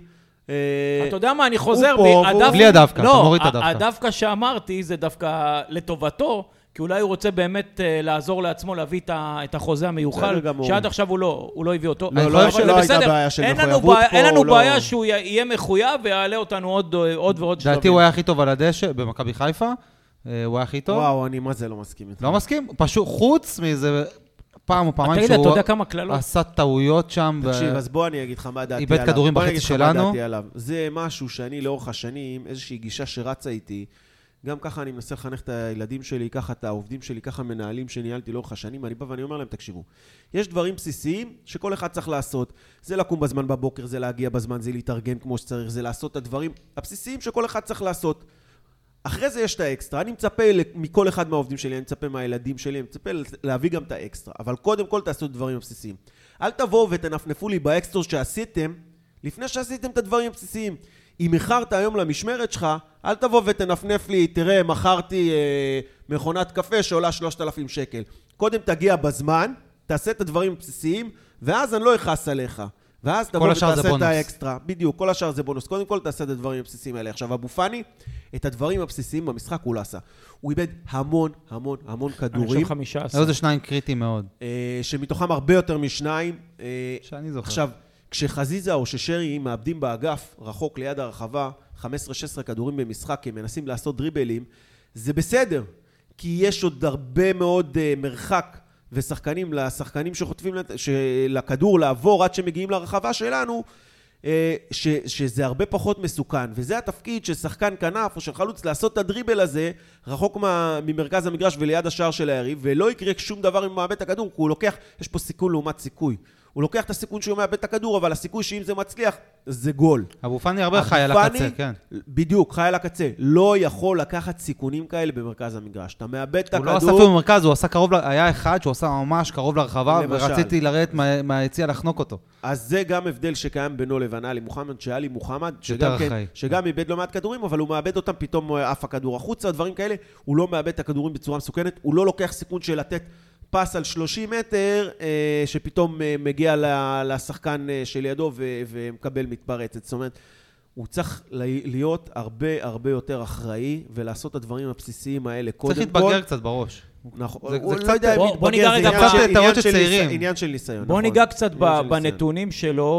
אתה יודע מה, אני חוזר בלי הדווקא, אתה מוריד את הדווקא. הדווקא שאמרתי זה דווקא לטובתו, כי אולי הוא רוצה באמת לעזור לעצמו, להביא את החוזה המיוחל, שעד עכשיו הוא לא הביא אותו. לא הייתה בעיה של מחויבות פה. אין לנו בעיה שהוא יהיה מחויב ויעלה אותנו עוד ועוד שלבים. דעתי הוא היה הכי טוב על הדשא במכבי חיפה, הוא היה הכי טוב. וואו, אני מה זה לא מסכים איתך. לא מסכים? פשוט חוץ מזה... פעם או פעמיים שהוא עשה טעויות שם. תקשיב, אז בוא אני אגיד לך מה דעתי עליו. איבד כדורים בחצי שלנו. זה משהו שאני לאורך השנים, איזושהי גישה שרצה איתי, גם ככה אני מנסה לחנך את הילדים שלי, ככה את העובדים שלי, ככה מנהלים שניהלתי לאורך השנים, אני בא ואני אומר להם, תקשיבו, יש דברים בסיסיים שכל אחד צריך לעשות. זה לקום בזמן בבוקר, זה להגיע בזמן, זה להתארגן כמו שצריך, זה לעשות את הדברים הבסיסיים שכל אחד צריך לעשות. אחרי זה יש את האקסטרה, אני מצפה מכל אחד מהעובדים שלי, אני מצפה מהילדים שלי, אני מצפה להביא גם את האקסטרה, אבל קודם כל תעשו את דברים הבסיסיים. אל תבואו ותנפנפו לי באקסטרה שעשיתם, לפני שעשיתם את הדברים הבסיסיים. אם מחרת היום למשמרת שלך, אל תבוא ותנפנף לי, תראה, מחרתי מכונת קפה שעולה 3,000 שקל. קודם תגיע בזמן, תעשה את הדברים הבסיסיים, ואז אני לא אכעס עליך. ואז תבוא ותעשה את האקסטרה. בדיוק, כל השאר זה בונוס. קודם כל תעשה את הדברים הבסיסיים האלה. עכשיו, אבו פאני, את הדברים הבסיסיים במשחק הוא לא עשה. הוא איבד המון כדורים. אני חושב 15. היו זה שניים קריטיים מאוד. שמתוכם הרבה יותר משניים. שאני זוכר. עכשיו, כשחזיזה או ששרי מאבדים באגף, רחוק ליד הרחבה, 15-16 כדורים במשחק, הם מנסים לעשות דריבלים, זה בסדר. כי יש עוד הרבה מאוד מרחק ושחקנים, לשחקנים שחוטפים לכדור לעבור עד שמגיעים לרחבה שלנו, שזה הרבה פחות מסוכן. וזה התפקיד של שחקן כנף או של חלוץ לעשות את הדריבל הזה רחוק ממרכז המגרש וליד השער של היריב, ולא יקרה שום דבר אם מאבד את הכדור, כי הוא לוקח, יש פה סיכון לעומת סיכוי. הוא לוקח את הסיכון שהוא מאבד את הכדור, אבל הסיכוי שאם זה מצליח, זה גול. אבו פאני הרבה חי על הקצה, כן. בדיוק, חי על הקצה. לא יכול לקחת סיכונים כאלה במרכז המגרש. אתה מאבד את הכדור. הוא לא עשה אפילו במרכז, הוא עשה קרוב, היה אחד שהוא עשה ממש קרוב לרחבה, ורציתי לרדת מהיציע לחנוק אותו. אז זה גם הבדל שקיים בינו לבין עלי מוחמד, שעלי מוחמד, שגם איבד לא מעט כדורים, אבל הוא מאבד אותם פתאום אף הכדור החוצה, דברים כאלה. הוא לא מאבד את הכדורים בצורה מסוכנת, הוא לא לוקח סיכון של לתת פס על 30 מטר, שפתאום מגיע לשחקן שלידו ומקבל מתפרצת. זאת אומרת, הוא צריך להיות הרבה יותר אחראי, ולעשות את הדברים הבסיסיים האלה קודם כל. צריך להתבגר קצת בראש. נכון. לא יודע אם מתבגר, זה עניין של ניסיון. בוא ניגע קצת בנתונים שלו,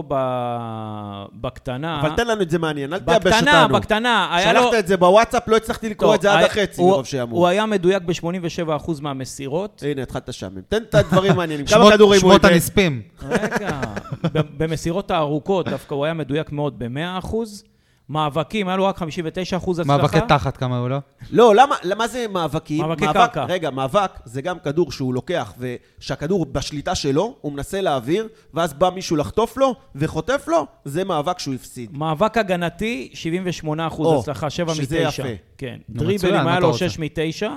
בקטנה. אבל תן לנו את זה מעניין, אל תייבש אותנו. בקטנה. שלחת את זה בוואטסאפ, לא הצלחתי לקרוא את זה עד החצי, מרוב שימור. הוא היה מדויק ב-87% מהמסירות. הנה, התחלת שם. תן את הדברים מעניינים. כמה כדורים הוא שמות הנספים. רגע, במסירות הארוכות, דווקא הוא היה מדויק מאוד ב-100%. מאבקים, היה לו רק 59% הצלחה. מאבקי תחת כמה הוא לא? לא, למה זה מאבקים? מאבקי קרקע. רגע, מאבק זה גם כדור שהוא לוקח, ושהכדור בשליטה שלו, הוא מנסה להעביר, ואז בא מישהו לחטוף לו, וחוטף לו, זה מאבק שהוא הפסיד. מאבק הגנתי, 78% הצלחה, 7 מ-9. שזה יפה. כן. דריבלים היה לו 6 מ-9,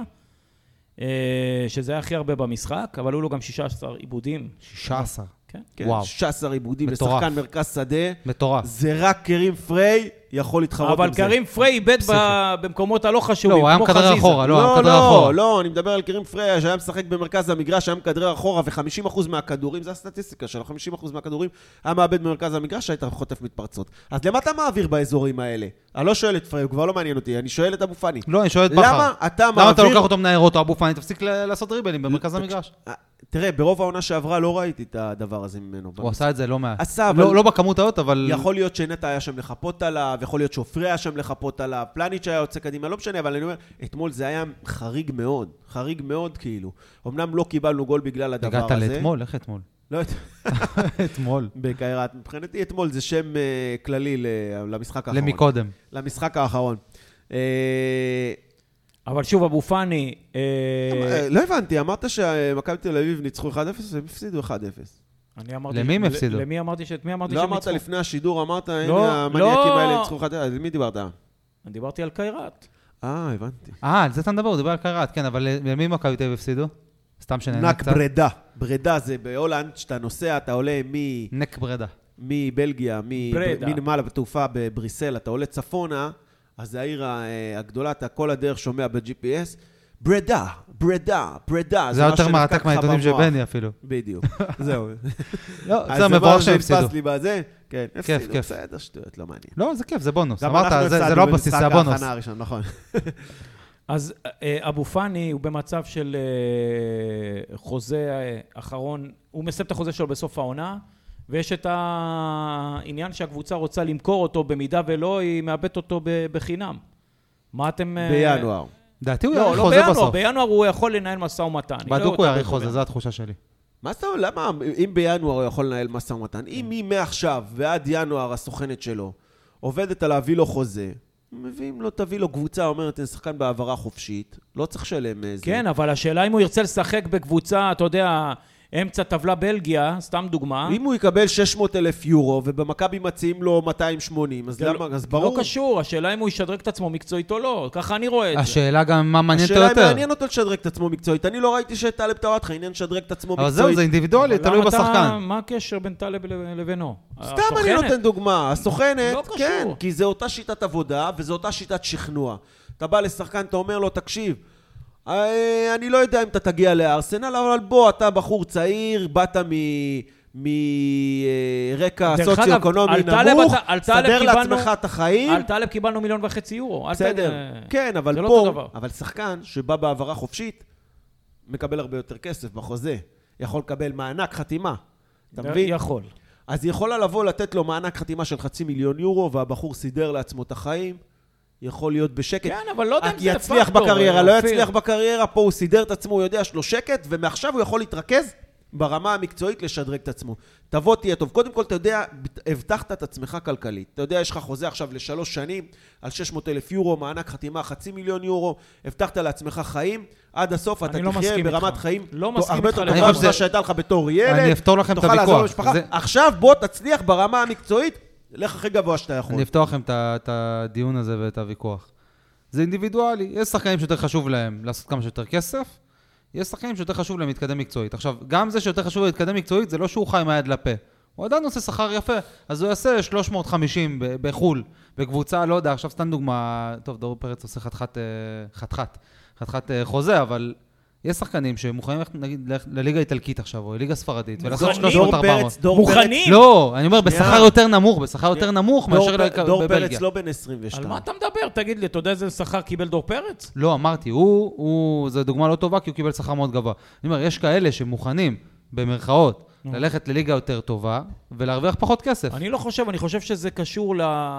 שזה היה הכי הרבה במשחק, אבל הוא לו גם 16 עיבודים. 16? כן. 16 עיבודים לשחקן מרכז שדה. מטורף. זה רק קרים פריי יכול להתחרות אבל קרים פריי איבד במקומות הלא חשובים. לא, הוא היה מקדרר אחורה. לא, אני מדבר על קרים פריי שהיה משחק במרכז המגרש, היה מקדרר אחורה, ו50% מהכדורים, זה הסטטיסטיקה שלו, 50% מהכדורים היה מאבד במרכז המגרש, שהיית חוטף מתפרצות. אז למה אתה מעביר באזורים האלה? אני לא שואל את פריי, הוא כבר לא מעניין אותי, אני שואל את אבו פאני. לא, אני שואל את בכר. למה אתה לוקח אותו מנער אותו, אבו פאני, תפסיק לעשות דריבלים במרכז המגרש. תראה, ברוב העונה שעברה לא ראיתי את הדבר הזה ממנו. הוא עשה את זה לא מעט. עשה, לא בכמות הזאת, אבל... יכול להיות שנטע היה שם לחפות עליו, יכול להיות שופרי היה שם לחפות עליו, פלניץ' היה יוצא קדימה, לא משנה, אבל אני אומר, אתמול זה היה חריג מאוד כאילו. אמנם לא קיבלנו גול בגלל הדבר הזה. הגעת לאתמול? איך אתמול? לא, אתמול. בקיירת. מבחינתי אתמול זה שם כללי למשחק האחרון. למקודם. למשחק האחרון. אבל שוב, אבו פאני... לא הבנתי, אמרת שמכבי תל אביב ניצחו 1-0, הם הפסידו 1-0. למי הם הפסידו? למי אמרתי שניצחו? לא אמרת לפני השידור, אמרת, הנה המניאקים האלה ניצחו 1-0, על מי דיברת? אני דיברתי על קיירת. הבנתי. על זה אתה מדבר, הוא דיבר על קיירת, כן, אבל למי מכבי תל אביב הפסידו? סתם שנהנה קצת. נק ברדה. ברדה זה בהולנד, שאתה נוסע, אתה עולה נק ברדה. מבלגיה, מנמל בתעופה בבריסל, אתה עולה צפונה, אז זה העיר הגדולה, אתה כל הדרך שומע ב-GPS, ברדה, ברדה. זה יותר מרתק מהעיתונים של בני אפילו. בדיוק, זהו. לא, זה מבורך שהפסידו. נתפס לי בזה, כן, הפסידו, בסדר, שטויות, לא מעניין. לא, זה כיף, זה בונוס. אמרת, זה לא בסיס, זה הבונוס. נכון. אז אבו פאני הוא במצב של חוזה אחרון, הוא מסיים את החוזה שלו בסוף העונה, ויש את העניין שהקבוצה רוצה למכור אותו, במידה ולא, היא מאבדת אותו בחינם. מה אתם... בינואר. דעתי הוא יאריך חוזה בסוף. בינואר הוא יכול לנהל מסע ומתן. בדוק הוא יאריך חוזה, זו התחושה שלי. מה זאת אומרת? למה? אם בינואר הוא יכול לנהל מסע ומתן, אם מעכשיו ועד ינואר הסוכנת שלו עובדת על להביא לו חוזה, מביאים לו, תביא לו קבוצה, אומרת, אין שחקן בעברה חופשית, לא צריך שלם איזה. כן, אבל השאלה אם הוא ירצה לשחק בקבוצה, אתה יודע, אמצע טבלה בלגיה, סתם דוגמה. אם הוא יקבל 600,000 יורו, ובמכבי מציעים לו 280, אז למה? אז ברור. לא קשור, השאלה אם הוא ישדרג את עצמו מקצועית או לא, ככה אני רואה את זה. השאלה גם מה מעניין אותו יותר. השאלה אם מעניין אותו לשדרג את עצמו מקצועית. אני לא ראיתי שטלב טוואטחה עניין לשדרג את עצמו מקצועית. אבל זהו, זה אינדיבידואלי, תלוי בשחקן. מה הקשר בין טלב לבינו? סתם אני נותן דוגמה. הסוכנת, כן, כי זה אותה שיטת עבודה, וזו אותה שיטת שכנוע. אתה בא לשחקן, אתה אומר לו, תקשיב, אני לא יודע אם אתה תגיע לארסנל, אבל בוא, אתה בחור צעיר, באת מרקע סוציו-אקונומי נמוך, סדר לעצמך את החיים. על טלב קיבלנו 1.5 מיליון יורו. בסדר, כן, אבל פה, אבל שחקן שבא בעברה חופשית, מקבל הרבה יותר כסף בחוזה. יכול לקבל מענק חתימה. אתה מבין? יכול. אז היא יכולה לבוא לתת לו מענק חתימה של 500,000 יורו, והבחור סידר לעצמו את החיים. יכול להיות בשקט. כן, אבל לא יודע אם זה יצליח בקריירה, לא יצליח בקריירה, פה הוא סידר את עצמו, הוא יודע יש לו שקט, ומעכשיו הוא יכול להתרכז ברמה המקצועית לשדרג את עצמו. תבוא תהיה טוב. קודם כל, אתה יודע, הבטחת את עצמך כלכלית. אתה יודע, יש לך חוזה עכשיו ל3 שנים, על 600,000 יורו, מענק חתימה 500,000 יורו, הבטחת לעצמך חיים, עד הסוף אתה תחיה ברמת חיים הרבה יותר טובה ממה שהייתה לך בתור ילד. אני אפתור לכם את הוויכוח. עכשיו בוא תצליח ברמה המקצועית, לך הכי גבוה שאתה יכול. אני אפתור לכם את הדיון הזה ואת הוויכוח. זה אינדיבידואלי. יש שחקנים שיותר חשוב להם לעשות כמה שיותר כסף, יש שחקנים שיותר חשוב להם להתקדם מקצועית. עכשיו, גם זה שיותר חשוב להתקדם מקצועית, זה לא שהוא חי מהיד לפה. הוא עדיין עושה שכר יפה, אז הוא יעשה 350 בחול, בקבוצה, לא יודע, עכשיו סתם דוגמה, טוב, דור פרץ עושה חתיכת חוזה, אבל יש שחקנים שמוכנים נגיד לליגה איטלקית עכשיו, או לליגה ספרדית, ולעשות 300-400. מוכנים? לא, אני אומר, בשכר יותר נמוך, מאשר בבלגיה. דור פרץ לא בן 22. על מה אתה מדבר? תגיד לי, אתה יודע איזה שכר קיבל דור פרץ? לא, אמרתי, זו דוגמה לא טובה, כי הוא קיבל שכר מאוד גבוה. אני אומר, יש כאלה שמוכנים, במרכאות, ללכת לליגה יותר טובה, ולהרוויח פחות כסף. אני לא חושב, אני חושב שזה קשור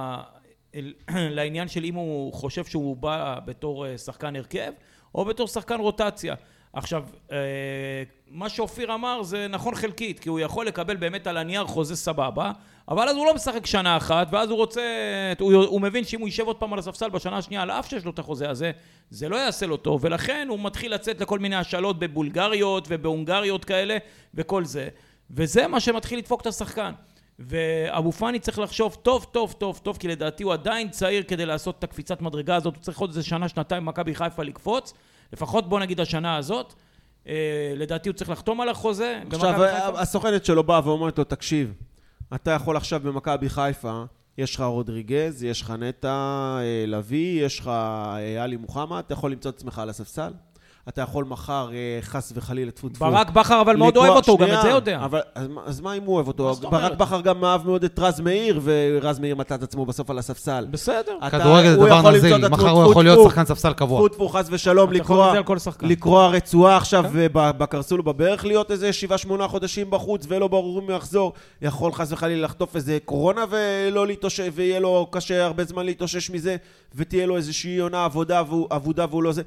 לעניין של אם הוא חושב שהוא בא בתור שחקן הרכב, או בתור שחקן רוטציה. עכשיו, מה שאופיר אמר זה נכון חלקית, כי הוא יכול לקבל באמת על הנייר חוזה סבבה, אבל אז הוא לא משחק שנה אחת, ואז הוא רוצה, הוא מבין שאם הוא יישב עוד פעם על הספסל בשנה השנייה, על אף שיש לו את החוזה הזה, זה לא יעשה לו טוב, ולכן הוא מתחיל לצאת לכל מיני השאלות בבולגריות ובהונגריות כאלה, וכל זה. וזה מה שמתחיל לדפוק את השחקן. ואבו פאני צריך לחשוב טוב, כי לדעתי הוא עדיין צעיר כדי לעשות את הקפיצת מדרגה הזאת, הוא צריך עוד איזה שנה, שנתיים מכבי חיפה לקפוץ, לפחות בוא נגיד השנה הזאת, לדעתי הוא צריך לחתום על החוזה. עכשיו, הסוכנת שלו באה ואומרת לו, תקשיב, אתה יכול עכשיו במכבי חיפה, יש לך רודריגז, יש לך נטע לוי, יש לך אלי מוחמד, אתה יכול למצוא את עצמך על הספסל? אתה יכול מחר חס וחלילה טפו-טפו. ברק בכר אבל מאוד אוהב אותו, גם את זה יודע. אז מה אם הוא אוהב אותו? ברק בכר גם אהב מאוד את רז מאיר, ורז מאיר מצא את עצמו בסוף על הספסל. בסדר. כדורגל זה דבר נזיל, מחר הוא יכול להיות שחקן ספסל קבוע. טפו-טפו, חס ושלום, לקרוע רצועה עכשיו בקרסול ובברך, להיות איזה 7-8 חודשים בחוץ, ולא ברור אם הוא יחזור. יכול חס וחלילה לחטוף איזה קורונה, ויהיה לו קשה הרבה זמן להתאושש מזה, ותהיה לו איזושהי עונה עבודה והוא לא זה.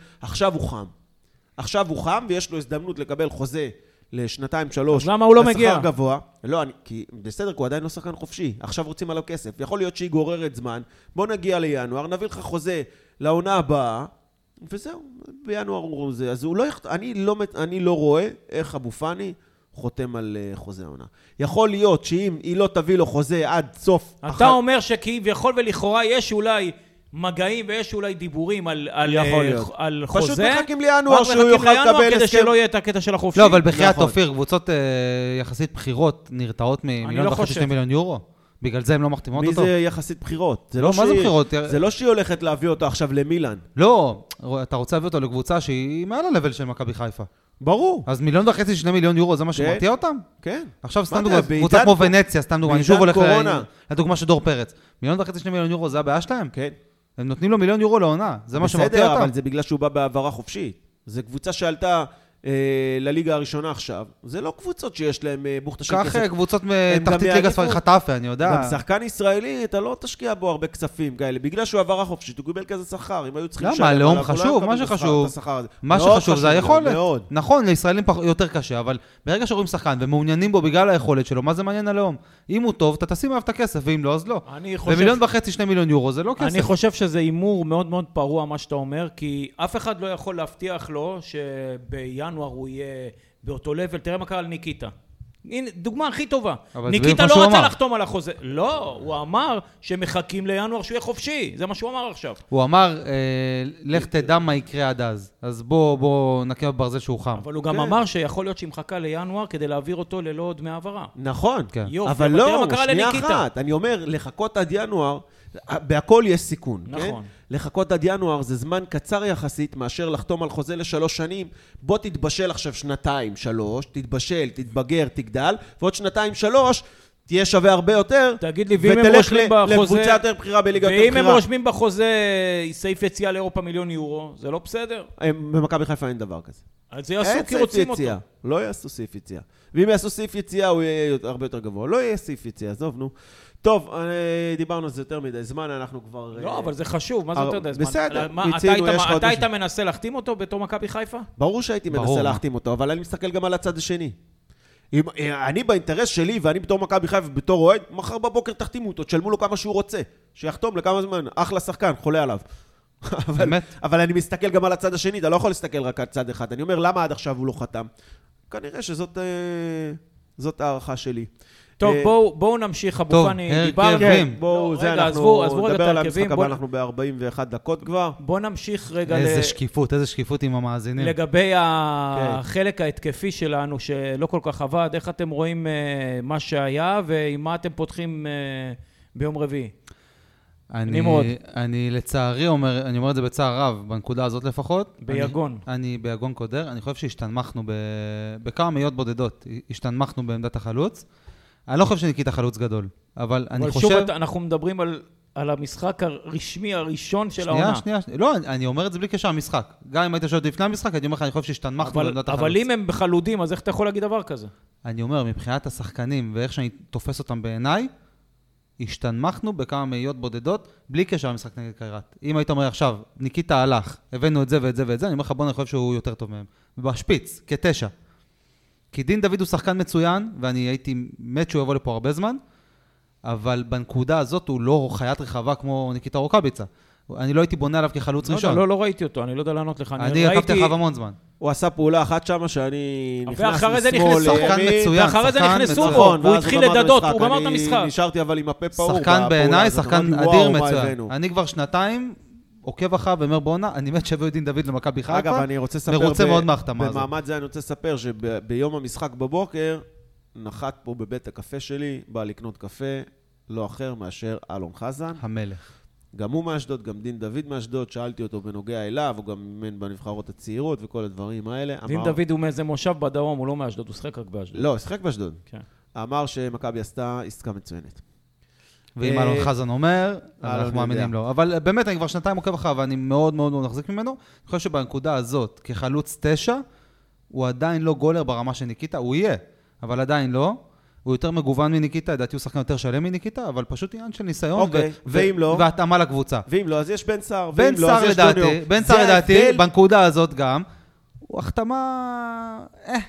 עכשיו הוא חם ויש לו הזדמנות לקבל חוזה לשנתיים, 3. אז למה הוא לא מגיע? השכר גבוה. לא, כי בסדר, הוא עדיין לא שחקן חופשי. עכשיו רוצים עליו כסף. יכול להיות שהיא גוררת זמן. בוא נגיע לינואר, נביא לך חוזה לעונה הבאה, וזהו, בינואר הוא זה. אז אני לא רואה איך אבו פאני חותם על חוזה העונה. יכול להיות שאם היא לא תביא לו חוזה עד סוף... אתה אומר שכביכול ולכאורה יש אולי... מגעים ויש אולי דיבורים על חוזה. פשוט מחכים לינואר שהוא יוכל לקבל כדי שלא יהיה את הקטע של החופשי. לא, אבל בחיית אופיר, קבוצות יחסית בחירות נרתעות מ1.5 מיליון יורו. בגלל זה הם לא מחתימות אותו? מי זה יחסית בחירות? לא, מה זה בחירות? זה לא שהיא הולכת להביא אותו עכשיו למילאן. לא, אתה רוצה להביא אותו לקבוצה שהיא מעל הלבל של מכבי חיפה. ברור. אז 1.5 מיליון, 2 מיליון יורו, זה מה שמרתיע אותם? כן. עכשיו סתם דוגמה, קבוצה כמו ונציה, סתם דוגמה, אני שוב הולך לדוגמה של דור פרץ. 1.5 מיליון, 2 מיליון יורו, זה הבעיה שלהם? כן. הם נותנים לו 1 מיליון יורו לעונה, זה מה שמרתיע אותם. בסדר, אבל זה בגלל שהוא בא בעברה חופשית. זה קבוצה שעלתה לליגה הראשונה עכשיו. זה לא קבוצות שיש להם בוכתה של כסף. כך קבוצות תחתית ליגה ספרי חטאפה, אני יודע. גם שחקן ישראלי, אתה לא תשקיע בו הרבה כספים כאלה. בגלל שהוא עברה חופשית, הוא קיבל כזה שכר. אם היו צריכים למה? הלאום חשוב, מה שחשוב זה היכולת. נכון, לישראלים יותר קשה, אבל ברגע שרואים שחקן ומעוניינים בו בגלל היכולת שלו, מה זה מעניין הלאום? אם הוא טוב, אתה תשים עליו את הכסף, ואם לא, אז לא. ו1.5 מיליון, 2 מיליון יורו, זה לא כסף. אני חושב שזה אימור מאוד מאוד פרוע מה שאתה אומר, כי אף אחד לא יכול להבטיח לו שבינואר הוא יהיה באותו לבל. תראה מה קרה על ניקיטה. הנה, דוגמה הכי טובה. ניקיטה לא רצה לחתום על החוזה. לא, הוא אמר שמחכים לינואר שהוא יהיה חופשי. זה מה שהוא אמר עכשיו. הוא אמר, לך תדע מה יקרה עד אז. אז בוא נקה בברזל שהוא חם. אבל הוא גם אמר שיכול להיות שהיא מחכה לינואר כדי להעביר אותו ללא דמי העברה. נכון. אבל לא, שנייה אחת. אני אומר, לחכות עד ינואר, בהכל יש סיכון. נכון. לחכות עד ינואר זה זמן קצר יחסית מאשר לחתום על חוזה ל3 שנים. בוא תתבשל עכשיו 2-3, תתבשל, תתבגר, תגדל, ועוד 2-3 תהיה שווה הרבה יותר. תגיד לי, ואם הם רושמים בחוזה... לקבוצה יותר בחירה בליגה יותר בחירה. ואם הם רושמים בחוזה סעיף יציאה לאירופה 1 מיליון יורו, זה לא בסדר? במכבי חיפה אין דבר כזה. אז זה יעשו כי רוצים אותו. לא יעשו סעיף יציאה. ואם יעשו סעיף יציאה הוא יהיה הרבה יותר גבוה. לא יהיה סעיף יציאה, עזוב, נו. טוב, דיברנו על זה יותר מדי זמן, אנחנו כבר... לא, אבל זה חשוב, מה זה יותר מדי זמן? בסדר, אתה היית מנסה להחתים אותו בתור מכבי חיפה? ברור שהייתי מנסה להחתים אותו, אבל אני מסתכל גם על הצד השני. אני באינטרס שלי, ואני בתור מכבי חיפה ובתור אוהד, מחר בבוקר תחתימו אותו, תשלמו לו כמה שהוא רוצה, שיחתום לכמה זמן, אחלה שחקן, חולה עליו. אבל אני מסתכל גם על הצד השני, אתה לא יכול להסתכל רק על צד אחד. אני אומר, למה עד עכשיו הוא לא חתם? כנראה שזאת הערכה שלי. טוב, בואו נמשיך, אבו פאני, דיברנו. בואו, זה אנחנו נדבר על המשחק הבא, אנחנו ב-41 דקות כבר. בואו נמשיך רגע... איזה שקיפות עם המאזינים. לגבי החלק ההתקפי שלנו, שלא כל כך עבד, איך אתם רואים מה שהיה, ועם מה אתם פותחים ביום רביעי? אני לצערי אני אומר את זה בצער רב, בנקודה הזאת לפחות. ביגון. אני ביגון קודר, אני חושב שהשתנמכנו בכמה מאיות בודדות, השתנמכנו בעמדת החלוץ. אני לא חושב שניקיטה חלוץ גדול, אבל אני חושב... אבל שוב, אנחנו מדברים על המשחק הרשמי הראשון של העונה. שנייה. לא, אני אומר את זה בלי קשר המשחק. גם אם היית שואל לפני המשחק, אני אומר לך, אני חושב שהשתנמכנו בעמדת החלוץ. אבל אם הם בחלודים, אז איך אתה יכול להגיד דבר כזה? אני אומר, מבחינת השחקנים ואיך שאני תופס אותם בעיניי, השתנמכנו בכמה מאיות בודדות, בלי קשר המשחק נגד קיירת. אם היית אומר עכשיו, ניקיטה הלך, הבאנו את זה ואת זה ואת זה, אני אומר לך, בוא נחשוב שהוא יותר טוב מהם. ובשפיץ, כ9. כי דין דוד הוא שחקן מצוין, ואני הייתי מת שהוא יבוא לפה הרבה זמן, אבל בנקודה הזאת הוא לא חיית רחבה כמו ניקיטה רוקאביצה. אני לא הייתי בונה עליו כחלוץ ראשון. לא ראיתי אותו, אני לא יודע לענות לך. אני עקבתי לך המון זמן. הוא עשה פעולה אחת שם שאני נכנס ואחרי זה לשמאל, נכנסו, שחקן מצוין, ואחרי זה נכנסו בו, הוא התחיל לדדות, הוא גמר את המשחק. נשארתי אבל עם הפה פעור. שחקן בעיניי, שחקן אדיר מצוין. אני כבר 2 עוקב אחריו ואומר בעונה, אני מת שהביאו דין דוד למכבי חיפה. אגב, אני רוצה לספר, מרוצה מאוד מהחתמה הזאת. במעמד זה אני רוצה לספר שביום המשחק בבוקר, נחת פה בבית הקפה שלי, בא לקנות קפה, לא אחר מאשר אלון חזן. המלך. גם הוא מאשדוד, גם דין דוד מאשדוד, שאלתי אותו בנוגע אליו, הוא גם מן בנבחרות הצעירות וכל הדברים האלה. דין דוד הוא מאיזה מושב בדרום, הוא לא מאשדוד, הוא שחק רק באשדוד. לא, שחק באשדוד. אמר שמכבי עשתה עסקה מצוינת. ואם אלון חזן אומר, אנחנו מאמינים לו. אבל באמת, אני כבר 2 עוקב אחריו, ואני מאוד מאוד מאוד מחזיק ממנו. אני חושב שבנקודה הזאת, כחלוץ 9, הוא עדיין לא גולר ברמה של ניקיטה, הוא יהיה, אבל עדיין לא. הוא יותר מגוון מניקיטה, לדעתי הוא שחקן יותר שלם מניקיטה, אבל פשוט עניין של ניסיון והתאמה לקבוצה. ואם לא, אז יש בן סער. בן סער לדעתי, בנקודה הזאת גם, הוא החתמה...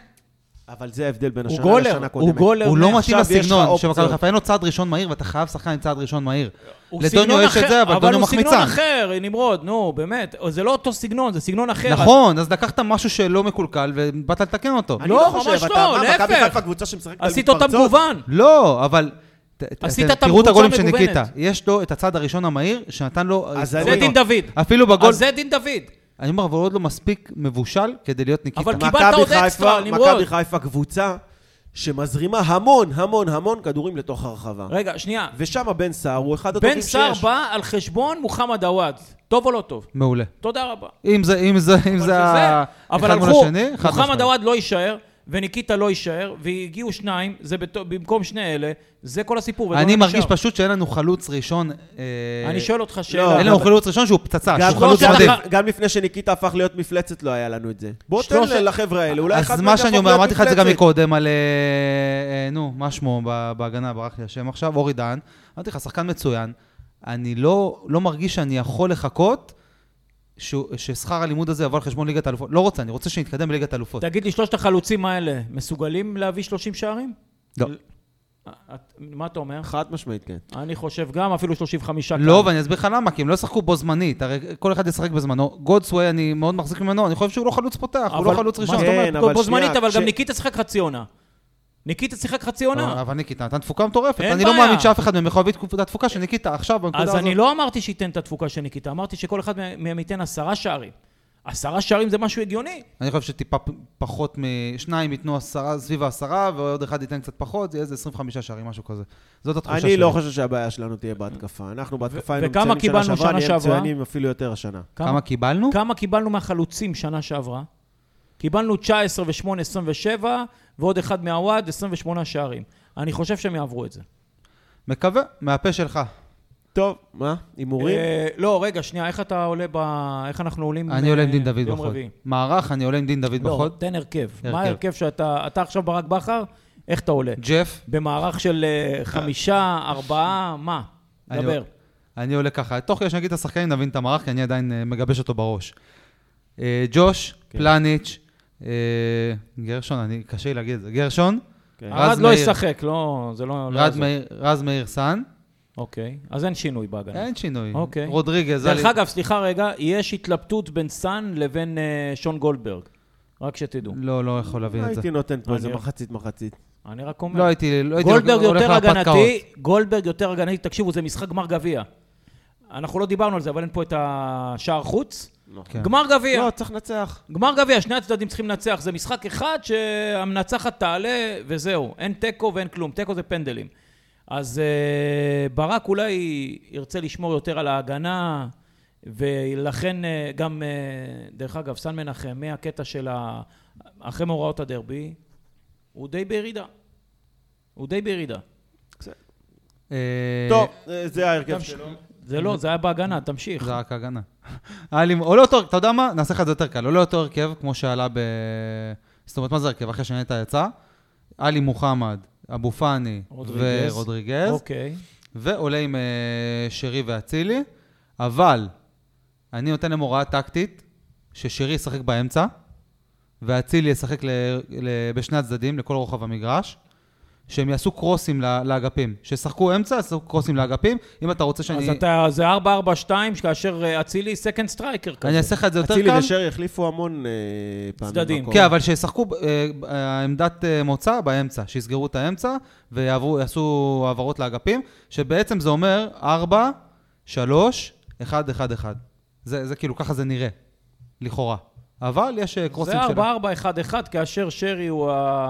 אבל זה ההבדל בין השנה לשנה קודמת. הוא לא מתאים לסגנון שמכבי חיפה, אין לו צעד ראשון מהיר, ואתה חייב שחקן עם צעד ראשון מהיר. לדוניו יש את זה, אבל דוניו מחמיצן. אבל הוא סגנון אחר, נמרוד, נו, באמת. זה לא אותו סגנון, זה סגנון אחר. נכון, אז לקחת משהו שלא מקולקל, ובאת לתקן אותו. לא, ממש לא, להפך. עשית אותה מגוון. לא, אבל... תראו את הגולים של ניקיטה. יש לו את הצעד הראשון המהיר, שנתן לו... זה דין דוד. אפילו בגול... אז זה דין דוד. אני אומר, אבל עוד לא מספיק מבושל כדי להיות ניקיטה. אבל קיבלת עוד אקסטרה, נמרוד. מכבי חיפה קבוצה שמזרימה המון כדורים לתוך הרחבה. רגע, שנייה. ושם בן סער הוא אחד הטובים שיש. בן סער בא על חשבון מוחמד עוואד. טוב או לא טוב? מעולה. תודה רבה. אם זה אבל הלכו, מוחמד עוואד לא יישאר, וניקיטה לא יישאר, והגיעו שניים, זה במקום שני אלה, זה כל הסיפור. אני מרגיש פשוט שאין לנו חלוץ ראשון. אני שואל אותך שאלה. אין לנו חלוץ ראשון שהוא פצצה, שהוא חלוץ מדהים. גם לפני שניקיטה הפך להיות מפלצת לא היה לנו את זה. בוא תן לחבר'ה האלה, אולי אחד אז מה שאני אומר, אמרתי לך את זה גם מקודם על, מה שמו בהגנה, ברח לי השם עכשיו, אורי דהן. אמרתי לך, שחקן מצוין. אני לא מרגיש שאני יכול לחכות ששכר הלימוד הזה יבוא על חשבון ליגת האלופות. לא רוצה, אני רוצה שנתקדם בליגת האלופות. תגיד לי, שלושת החלוצים האלה מסוגלים להביא 30 שערים? לא. מה אתה אומר? חד משמעית, כן. אני חושב גם, אפילו 35 כאן. לא, ואני אסביר לך למה, כי הם לא ישחקו בו זמנית, הרי כל אחד ישחק בזמנו. גודסווי, אני מאוד מחזיק ממנו, אני חושב שהוא לא חלוץ פותח, הוא לא חלוץ ראשון. בו זמנית, אבל גם ניקיטה שיחק חצי עונה. ניקיטה שיחק חצי עונה. אבל ניקיטה נתן תפוקה מטורפת. אני לא מאמין שאף אחד מהם יכול להביא את התפוקה של ניקיטה עכשיו בנקודה הזאת. אז אני לא אמרתי שייתן את התפוקה של ניקיטה, אמרתי שכל אחד מהם ייתן 10 שערים. 10 שערים זה משהו הגיוני. אני חושב שטיפה פחות משניים ייתנו 10, סביב 10, ועוד אחד ייתן קצת פחות, זה יהיה איזה 25 שערים, משהו כזה. זאת התחושה שלי. אני לא חושב שהבעיה שלנו תהיה בהתקפה. אנחנו בהתקפה היינו וכמה קיבלנו שנה שעברה? מצוינים אפילו יותר השנה. כמה קיבלנו? כמה קיבלנו מהחלוצים שנה שעברה? קיבלנו 19 ו8, 27, ועוד אחד מהוואד, 28 שערים. אני חושב שהם יעברו את זה. מקווה, מהפה שלך. טוב, מה? הימורים? לא, רגע, שנייה, איך אתה עולה איך אנחנו עולים אני עולה עם דין דוד בחוד. מערך, אני עולה עם דין דוד בחוד. לא, תן הרכב. מה ההרכב אתה עכשיו ברק בכר? איך אתה עולה? ג'ף. במערך של 5, 4, מה? דבר. אני עולה ככה. תוך כדי שנגיד את השחקנים נבין את המערך, כי אני עדיין מגבש אותו בראש. ג'וש, פלניץ', גרשון, קשה לי להגיד את זה. גרשון. ארד לא ישחק, זה לא... רז מאיר סן. אוקיי, אז אין שינוי בהגנה. אין שינוי. אוקיי. רודריגז. דרך אגב, סליחה רגע, יש התלבטות בין סן לבין שון גולדברג. רק שתדעו. לא יכול להבין את זה. הייתי נותן פה איזה מחצית. אני רק אומר. לא הייתי גולדברג יותר הגנתי, גולדברג יותר הגנתי, תקשיבו, זה משחק גמר גביע. אנחנו לא דיברנו על זה, אבל אין פה את השער חוץ. גמר גביע. לא, צריך לנצח. גמר גביע, שני הצדדים צריכים לנצח. זה משחק אחד שהמנצחת תעלה וזהו. אין טקו ואין כלום. טקו זה פנדלים. אז ברק אולי ירצה לשמור יותר על ההגנה, ולכן גם, דרך אגב, סן מנחם, מהקטע של אחרי מאורעות הדרבי, הוא די בירידה. טוב, זה ההרכב שלו. זה לא, זה היה בהגנה, תמשיך. זה רק ההגנה. עולה אותו, אתה יודע מה? נעשה לך את זה יותר קל. עולה אותו הרכב, כמו שעלה זאת אומרת, מה זה הרכב? אחרי שנהיית יצא, עלי מוחמד, אבו פאני ורודריגז. אוקיי. ועולה עם שרי ואצילי, אבל אני נותן להם הוראה טקטית, ששרי ישחק באמצע, ואצילי ישחק בשני הצדדים, לכל רוחב המגרש, שהם יעשו קרוסים לאגפים. ששחקו אמצע, יעשו קרוסים לאגפים. אם אתה רוצה שאני... אז זה 4-4-2, כאשר אצילי סקנד סטרייקר כזה. אני אעשה לך את זה יותר קל. אצילי ושרי החליפו המון צדדים. כן, אבל שישחקו עמדת מוצא באמצע, שיסגרו את האמצע, ויעשו העברות לאגפים, שבעצם זה אומר 4, 3, 1, 1, 1. זה כאילו, ככה זה נראה, לכאורה. אבל יש קרוסים שלה. זה 4, 4, 1, 1, כאשר שרי הוא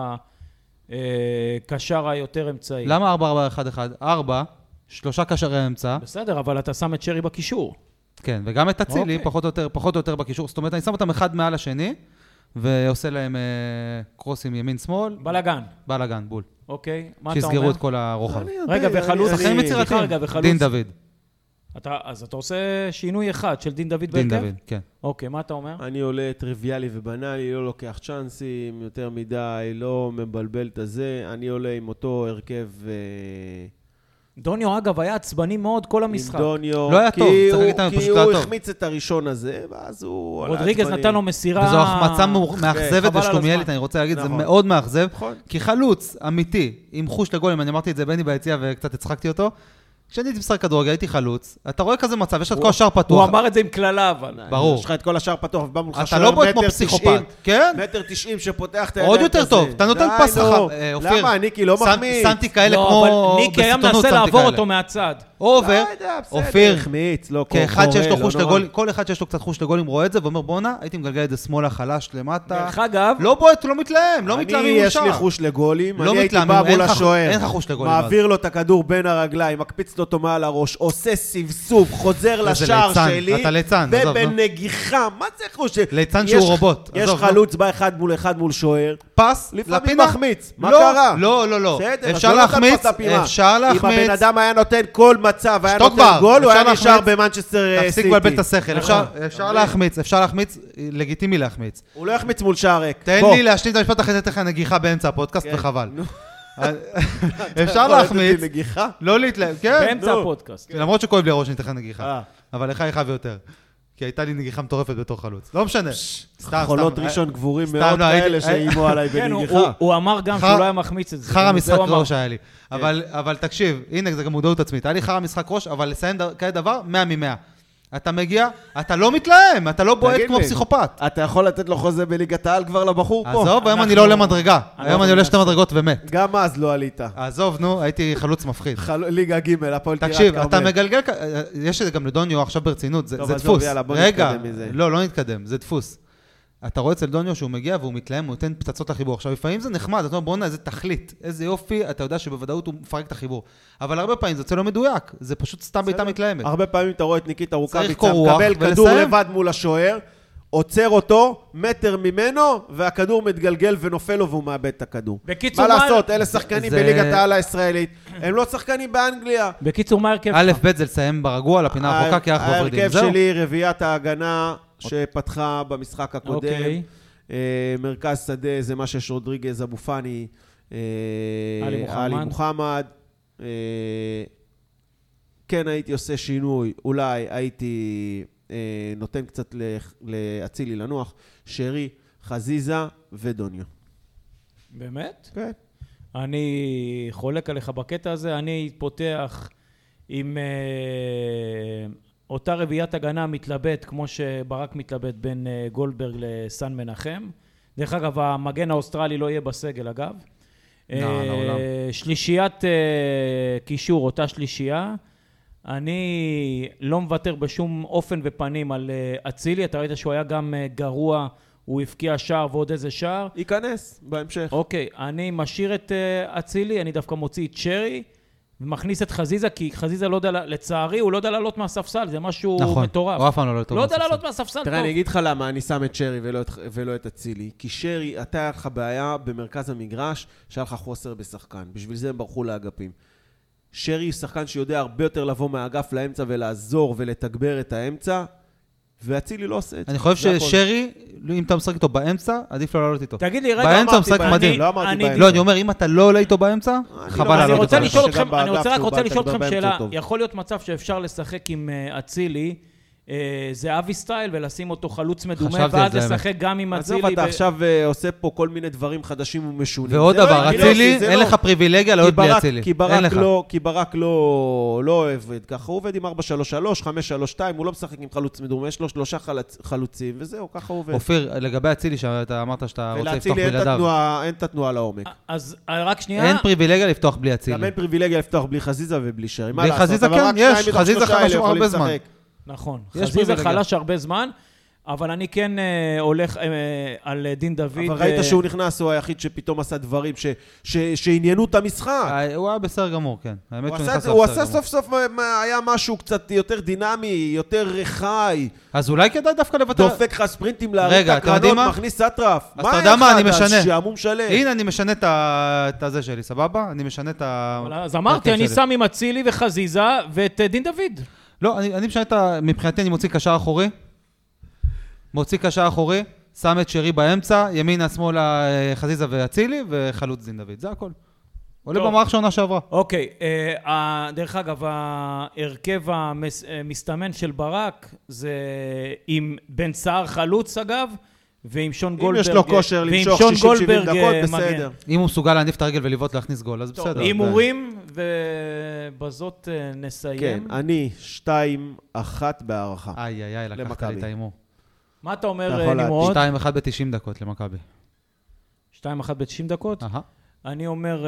קשר היותר אמצעי. למה 4, 4, 1, 1? 4, 3 קשרי אמצע. בסדר, אבל אתה שם את שרי בקישור. כן, וגם את אצילי, פחות או יותר בקישור. זאת אומרת, אני שם אותם אחד מעל השני, ועושה להם קרוסים ימין-שמאל. בלגן, בול. אוקיי, מה אתה אומר? שיסגרו את כל הרוחב. רגע, וחלוץ. שחקנים יצירתיים. דין דוד. אז אתה עושה שינוי אחד של דין דוד בהרכב? דין דוד, כן. אוקיי, מה אתה אומר? אני עולה טריוויאלי ובנאלי, לא לוקח צ'אנסים, יותר מדי, לא מבלבל את הזה. אני עולה עם אותו הרכב... דוניו, אגב, היה עצבני מאוד כל המשחק. עם דוניו, לא היה טוב, צריך להגיד לנו, פשוט לא היה טוב. כי הוא החמיץ את הראשון הזה, ואז הוא... רודריגז נתן לו מסירה... וזו החמצה מאכזבת ושלומיאלית, אני רוצה להגיד, זה מאוד מאכזב. כי חלוץ אמיתי, עם חוש לגולים, אני אמרתי את זה בני ביציע וקצת הצחקתי אותו, כשאני הייתי משחק כדורגל, הייתי חלוץ, אתה רואה כזה מצב, יש לך את כל השער פתוח. הוא אמר את זה עם כללה, אבל. ברור. יש לך את כל השער פתוח, ובא מולך אתה לא בוא כמו פסיכופת, כן? 1.90 שפותח את הידיים. עוד יותר טוב, אתה נותן פס רחב. למה? ניקי לא מחמיא. שמתי כאלה כמו... אבל ניקי היה מנסה לעבור אותו מהצד. אובר, אופיר, החמיץ, לא כאחד שיש לו חוש לא לגולים, כל אחד שיש לו קצת חוש לגולים רואה את זה, ואומר בונה, הייתי מגלגל את זה שמאלה חלש למטה. דרך אגב, לא בועט, לא מתלהם, לא מתלהמים מול יש לי חוש לגולים, אני הייתי מתלהמים, בא מול השוער, אין לך חוש לגולים. מעביר לו את הכדור בין הרגליים, מקפיץ לו אותו מעל הראש, עושה סבסוב, חוזר לשער שלי, אתה ליצן, עזוב, ובנגיחה, מה זה חוש? ליצן שהוא רובוט. יש חלוץ בא אחד מול אחד מול שוער, פס, לפעמים לפינה. מחמיץ, מה קרה? לא. בסדר, אפשר להחמיץ, אפשר אם הבן להחמיץ. אדם היה נותן כל מצב, היה שתוק נותן בר, גול, הוא אפשר היה נשאר להחמיץ. במנצ'סטר סיטי. תפסיק לבלבל את השכל, אפשר להחמיץ, לגיטימי להחמיץ. הוא לא יחמיץ מול שער ריק. תן לי להשלים את המשפט אחרי זה נגיחה באמצע הפודקאסט וחבל. אפשר להחמיץ, לא להתלהם, כן. באמצע הפודקאסט. למרות שכואב לי הראש שאני תכף נגיחה, אבל לך יחב יותר. כי הייתה לי נגיחה מטורפת בתור חלוץ. לא משנה. חולות ראשון גבורים מאוד כאלה שאיימו עליי בנגיחה. הוא אמר גם שהוא לא היה מחמיץ את זה. חרא משחק ראש היה לי. אבל תקשיב, הנה זה גם מודעות עצמית. היה לי חרא משחק ראש, אבל לסיים כאלה דבר, 100 מ-100. אתה מגיע, אתה לא מתלהם, אתה לא בועט כמו פסיכופת. אתה יכול לתת לו חוזה בליגת העל כבר לבחור פה. עזוב, היום אני לא עולה מדרגה. היום אני עולה 2 מדרגות ומת. גם אז לא עלית. עזוב, נו, הייתי חלוץ מפחיד. ליגה ג' הפועל טירת תקשיב, כרמל. אתה מגלגל, יש את זה גם לדוניו עכשיו ברצינות, זה דפוס. רגע, לא נתקדם, זה דפוס. אתה רואה אצל דוניו שהוא מגיע והוא מתלהם, הוא נותן פצצות לחיבור. עכשיו, לפעמים זה נחמד, אתה אומר, בוא'נה, איזה תכלית, איזה יופי, אתה יודע שבוודאות הוא מפרק את החיבור. אבל הרבה פעמים זה יוצא לא מדויק, זה פשוט סתם בעיטה מתלהמת. הרבה פעמים אתה רואה את ניקיטה רוקאביצה, צריך מקבל כדור לבד מול השוער, עוצר אותו, מטר ממנו, והכדור מתגלגל ונופל לו והוא מאבד את הכדור. מה לעשות? אלה שחקנים בליגת העל הישראלית, הם לא שחקנים באנגליה. בקיצור, מה הרכב? א' ב' זה לסיים ברגוע, לפינה הרחוקה, כי אנחנו עוברים. ההרכב שלי, רביעיית ההגנה שפתחה במשחק הקודם. מרכז שדה זה מה שיש רודריגז, אבו פאני, עלי מוחמד. כן, הייתי עושה שינוי, אולי הייתי נותן קצת להצילי לנוח, שרי, חזיזה ודוניו. באמת? כן. אני חולק עליך בקטע הזה, אני פותח עם אותה רביעיית הגנה מתלבט, כמו שברק מתלבט בין גולדברג לסן מנחם. דרך אגב, המגן האוסטרלי לא יהיה בסגל, אגב. שלישיית קישור, אותה שלישייה. אני לא מוותר בשום אופן ופנים על אצילי. אתה ראית שהוא היה גם גרוע, הוא הפקיע שער ועוד איזה שער. ייכנס בהמשך. אוקיי, אני משאיר את אצילי, אני דווקא מוציא את שרי. ומכניס את חזיזה, כי חזיזה לא יודע, לצערי, הוא לא יודע לעלות מהספסל, זה משהו מטורף. נכון, הוא אף פעם לא יודע לעלות מהספסל. תראה, אני אגיד לך למה אני שם את שרי ולא את אצילי, כי שרי, אתה היה לך בעיה במרכז המגרש, שהיה לך חוסר בשחקן, בשביל זה הם ברחו לאגפים. שרי שחקן שיודע הרבה יותר לבוא מהאגף לאמצע ולעזור ולתגבר את האמצע, ואצילי לא עושה את זה. אני חושב ששרי, אם אתה משחק איתו באמצע, עדיף לא לעלות איתו. תגיד לי, רגע, באמצע משחק מדהים. לא אמרתי באמצע. לא, אני אומר, אם אתה לא עולה איתו באמצע, חבל לעלות איתו. אני רוצה לשאול אתכם שאלה, יכול להיות מצב שאפשר לשחק עם אצילי, זה אבי סטייל, ולשים אותו חלוץ מדומה, ואז לשחק גם עם אצילי. עזוב, אתה עכשיו עושה פה כל מיני דברים חדשים ומשונים. ועוד דבר, אצילי, אין לך פריבילגיה לעוד בלי אצילי. כי ברק לא עובד ככה, הוא עובד עם 4-3-3, 5-3-2, הוא לא משחק עם חלוץ מדומה, יש לו 3 חלוצים, וזהו, ככה הוא עובד. אופיר, לגבי אצילי, שאתה אמרת שאתה רוצה לפתוח ולאצילי בלעדיו. אין את התנועה לעומק. אז רק שנייה. אין פריבילגיה לפתוח בלי אצילי. גם אין פריבילגיה לפתוח בלי חזיזה ובלי שרי. בלי חזיזה כן, יש. חזיזה חלש הרבה זמן. נכון, חזיזה חלש הרבה זמן, אבל אני כן הולך על דין דוד. אבל ראית שהוא נכנס, הוא היחיד שפתאום עשה דברים שעניינו את המשחק. הוא היה בסדר גמור, כן. הוא עשה סוף סוף, היה משהו קצת יותר דינמי, יותר חי. אז אולי כדאי דווקא לוותר. דופק לך ספרינטים להרים את הקרנות, מכניס סטרף. אז אתה יודע מה, אני משנה. שעמום שלם. הנה, אני משנה את הזה שלי, סבבה? אני משנה את ה... אז אמרתי, אני שם עם אצילי וחזיזה ואת דין דוד. לא, אני משנה מבחינתי אני מוציא קשר אחורי, שם את שרי באמצע, ימינה, שמאלה, חזיזה ואצילי, וחלוץ דין דוד, זה הכל. עולה במערך שעונה שעברה. אוקיי, דרך אגב, ההרכב המסתמן של ברק, זה עם בן סער חלוץ אגב, ועם שון גולדברג. אם יש לו כושר למשוך 60-70 דקות, בסדר. אם הוא מסוגל להניף את הרגל ולבעוט להכניס גול, אז בסדר. הימורים, ובזאת נסיים. כן, אני 2-1 בהערכה. איי, לקחת לי את האימור. מה אתה אומר, נמרוד? 2-1 ב-90 דקות למכבי. 2-1 ב-90 דקות? אני אומר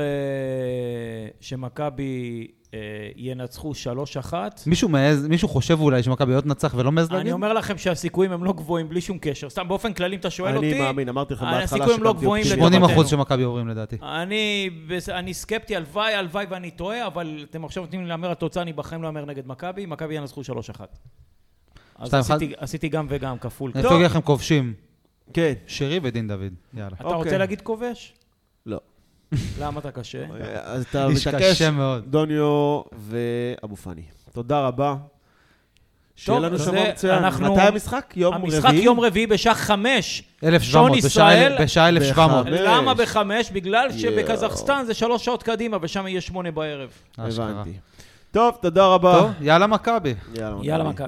שמכבי ינצחו 3-1. מישהו חושב אולי שמכבי לא תנצח ולא מעז להגיד? אני אומר לכם שהסיכויים הם לא גבוהים בלי שום קשר. סתם באופן כללי, אם אתה שואל אותי... אני מאמין, אמרתי לכם בהתחלה הסיכויים לא גבוהים. 80% שמכבי עוברים לדעתי. אני סקפטי, הלוואי ואני טועה, אבל אתם עכשיו נותנים לי לאמר התוצאה, אני בחיים לא אמר נגד מכבי. מכבי ינצחו 3-1. אז עשיתי גם וגם כפול. אני אפילו לכם כובשים. כן. שרי ודין דוד. יאללה. אתה רוצה להגיד כובש? לא. למה אתה קשה? אז אתה איש מתעקש, קשה מאוד. דוניו ואבו פני. תודה רבה. שיהיה לנו שבוע מצוין. אנחנו... מתי המשחק? יום רביעי? המשחק יום רביעי בשעה 5. 1700, בשעה 1700. למה ב5? בגלל שבקזחסטן זה 3 שעות קדימה, ושם יהיה 8 בערב. הבנתי. טוב, תודה רבה. טוב, יאללה מכבי. יאללה מכבי.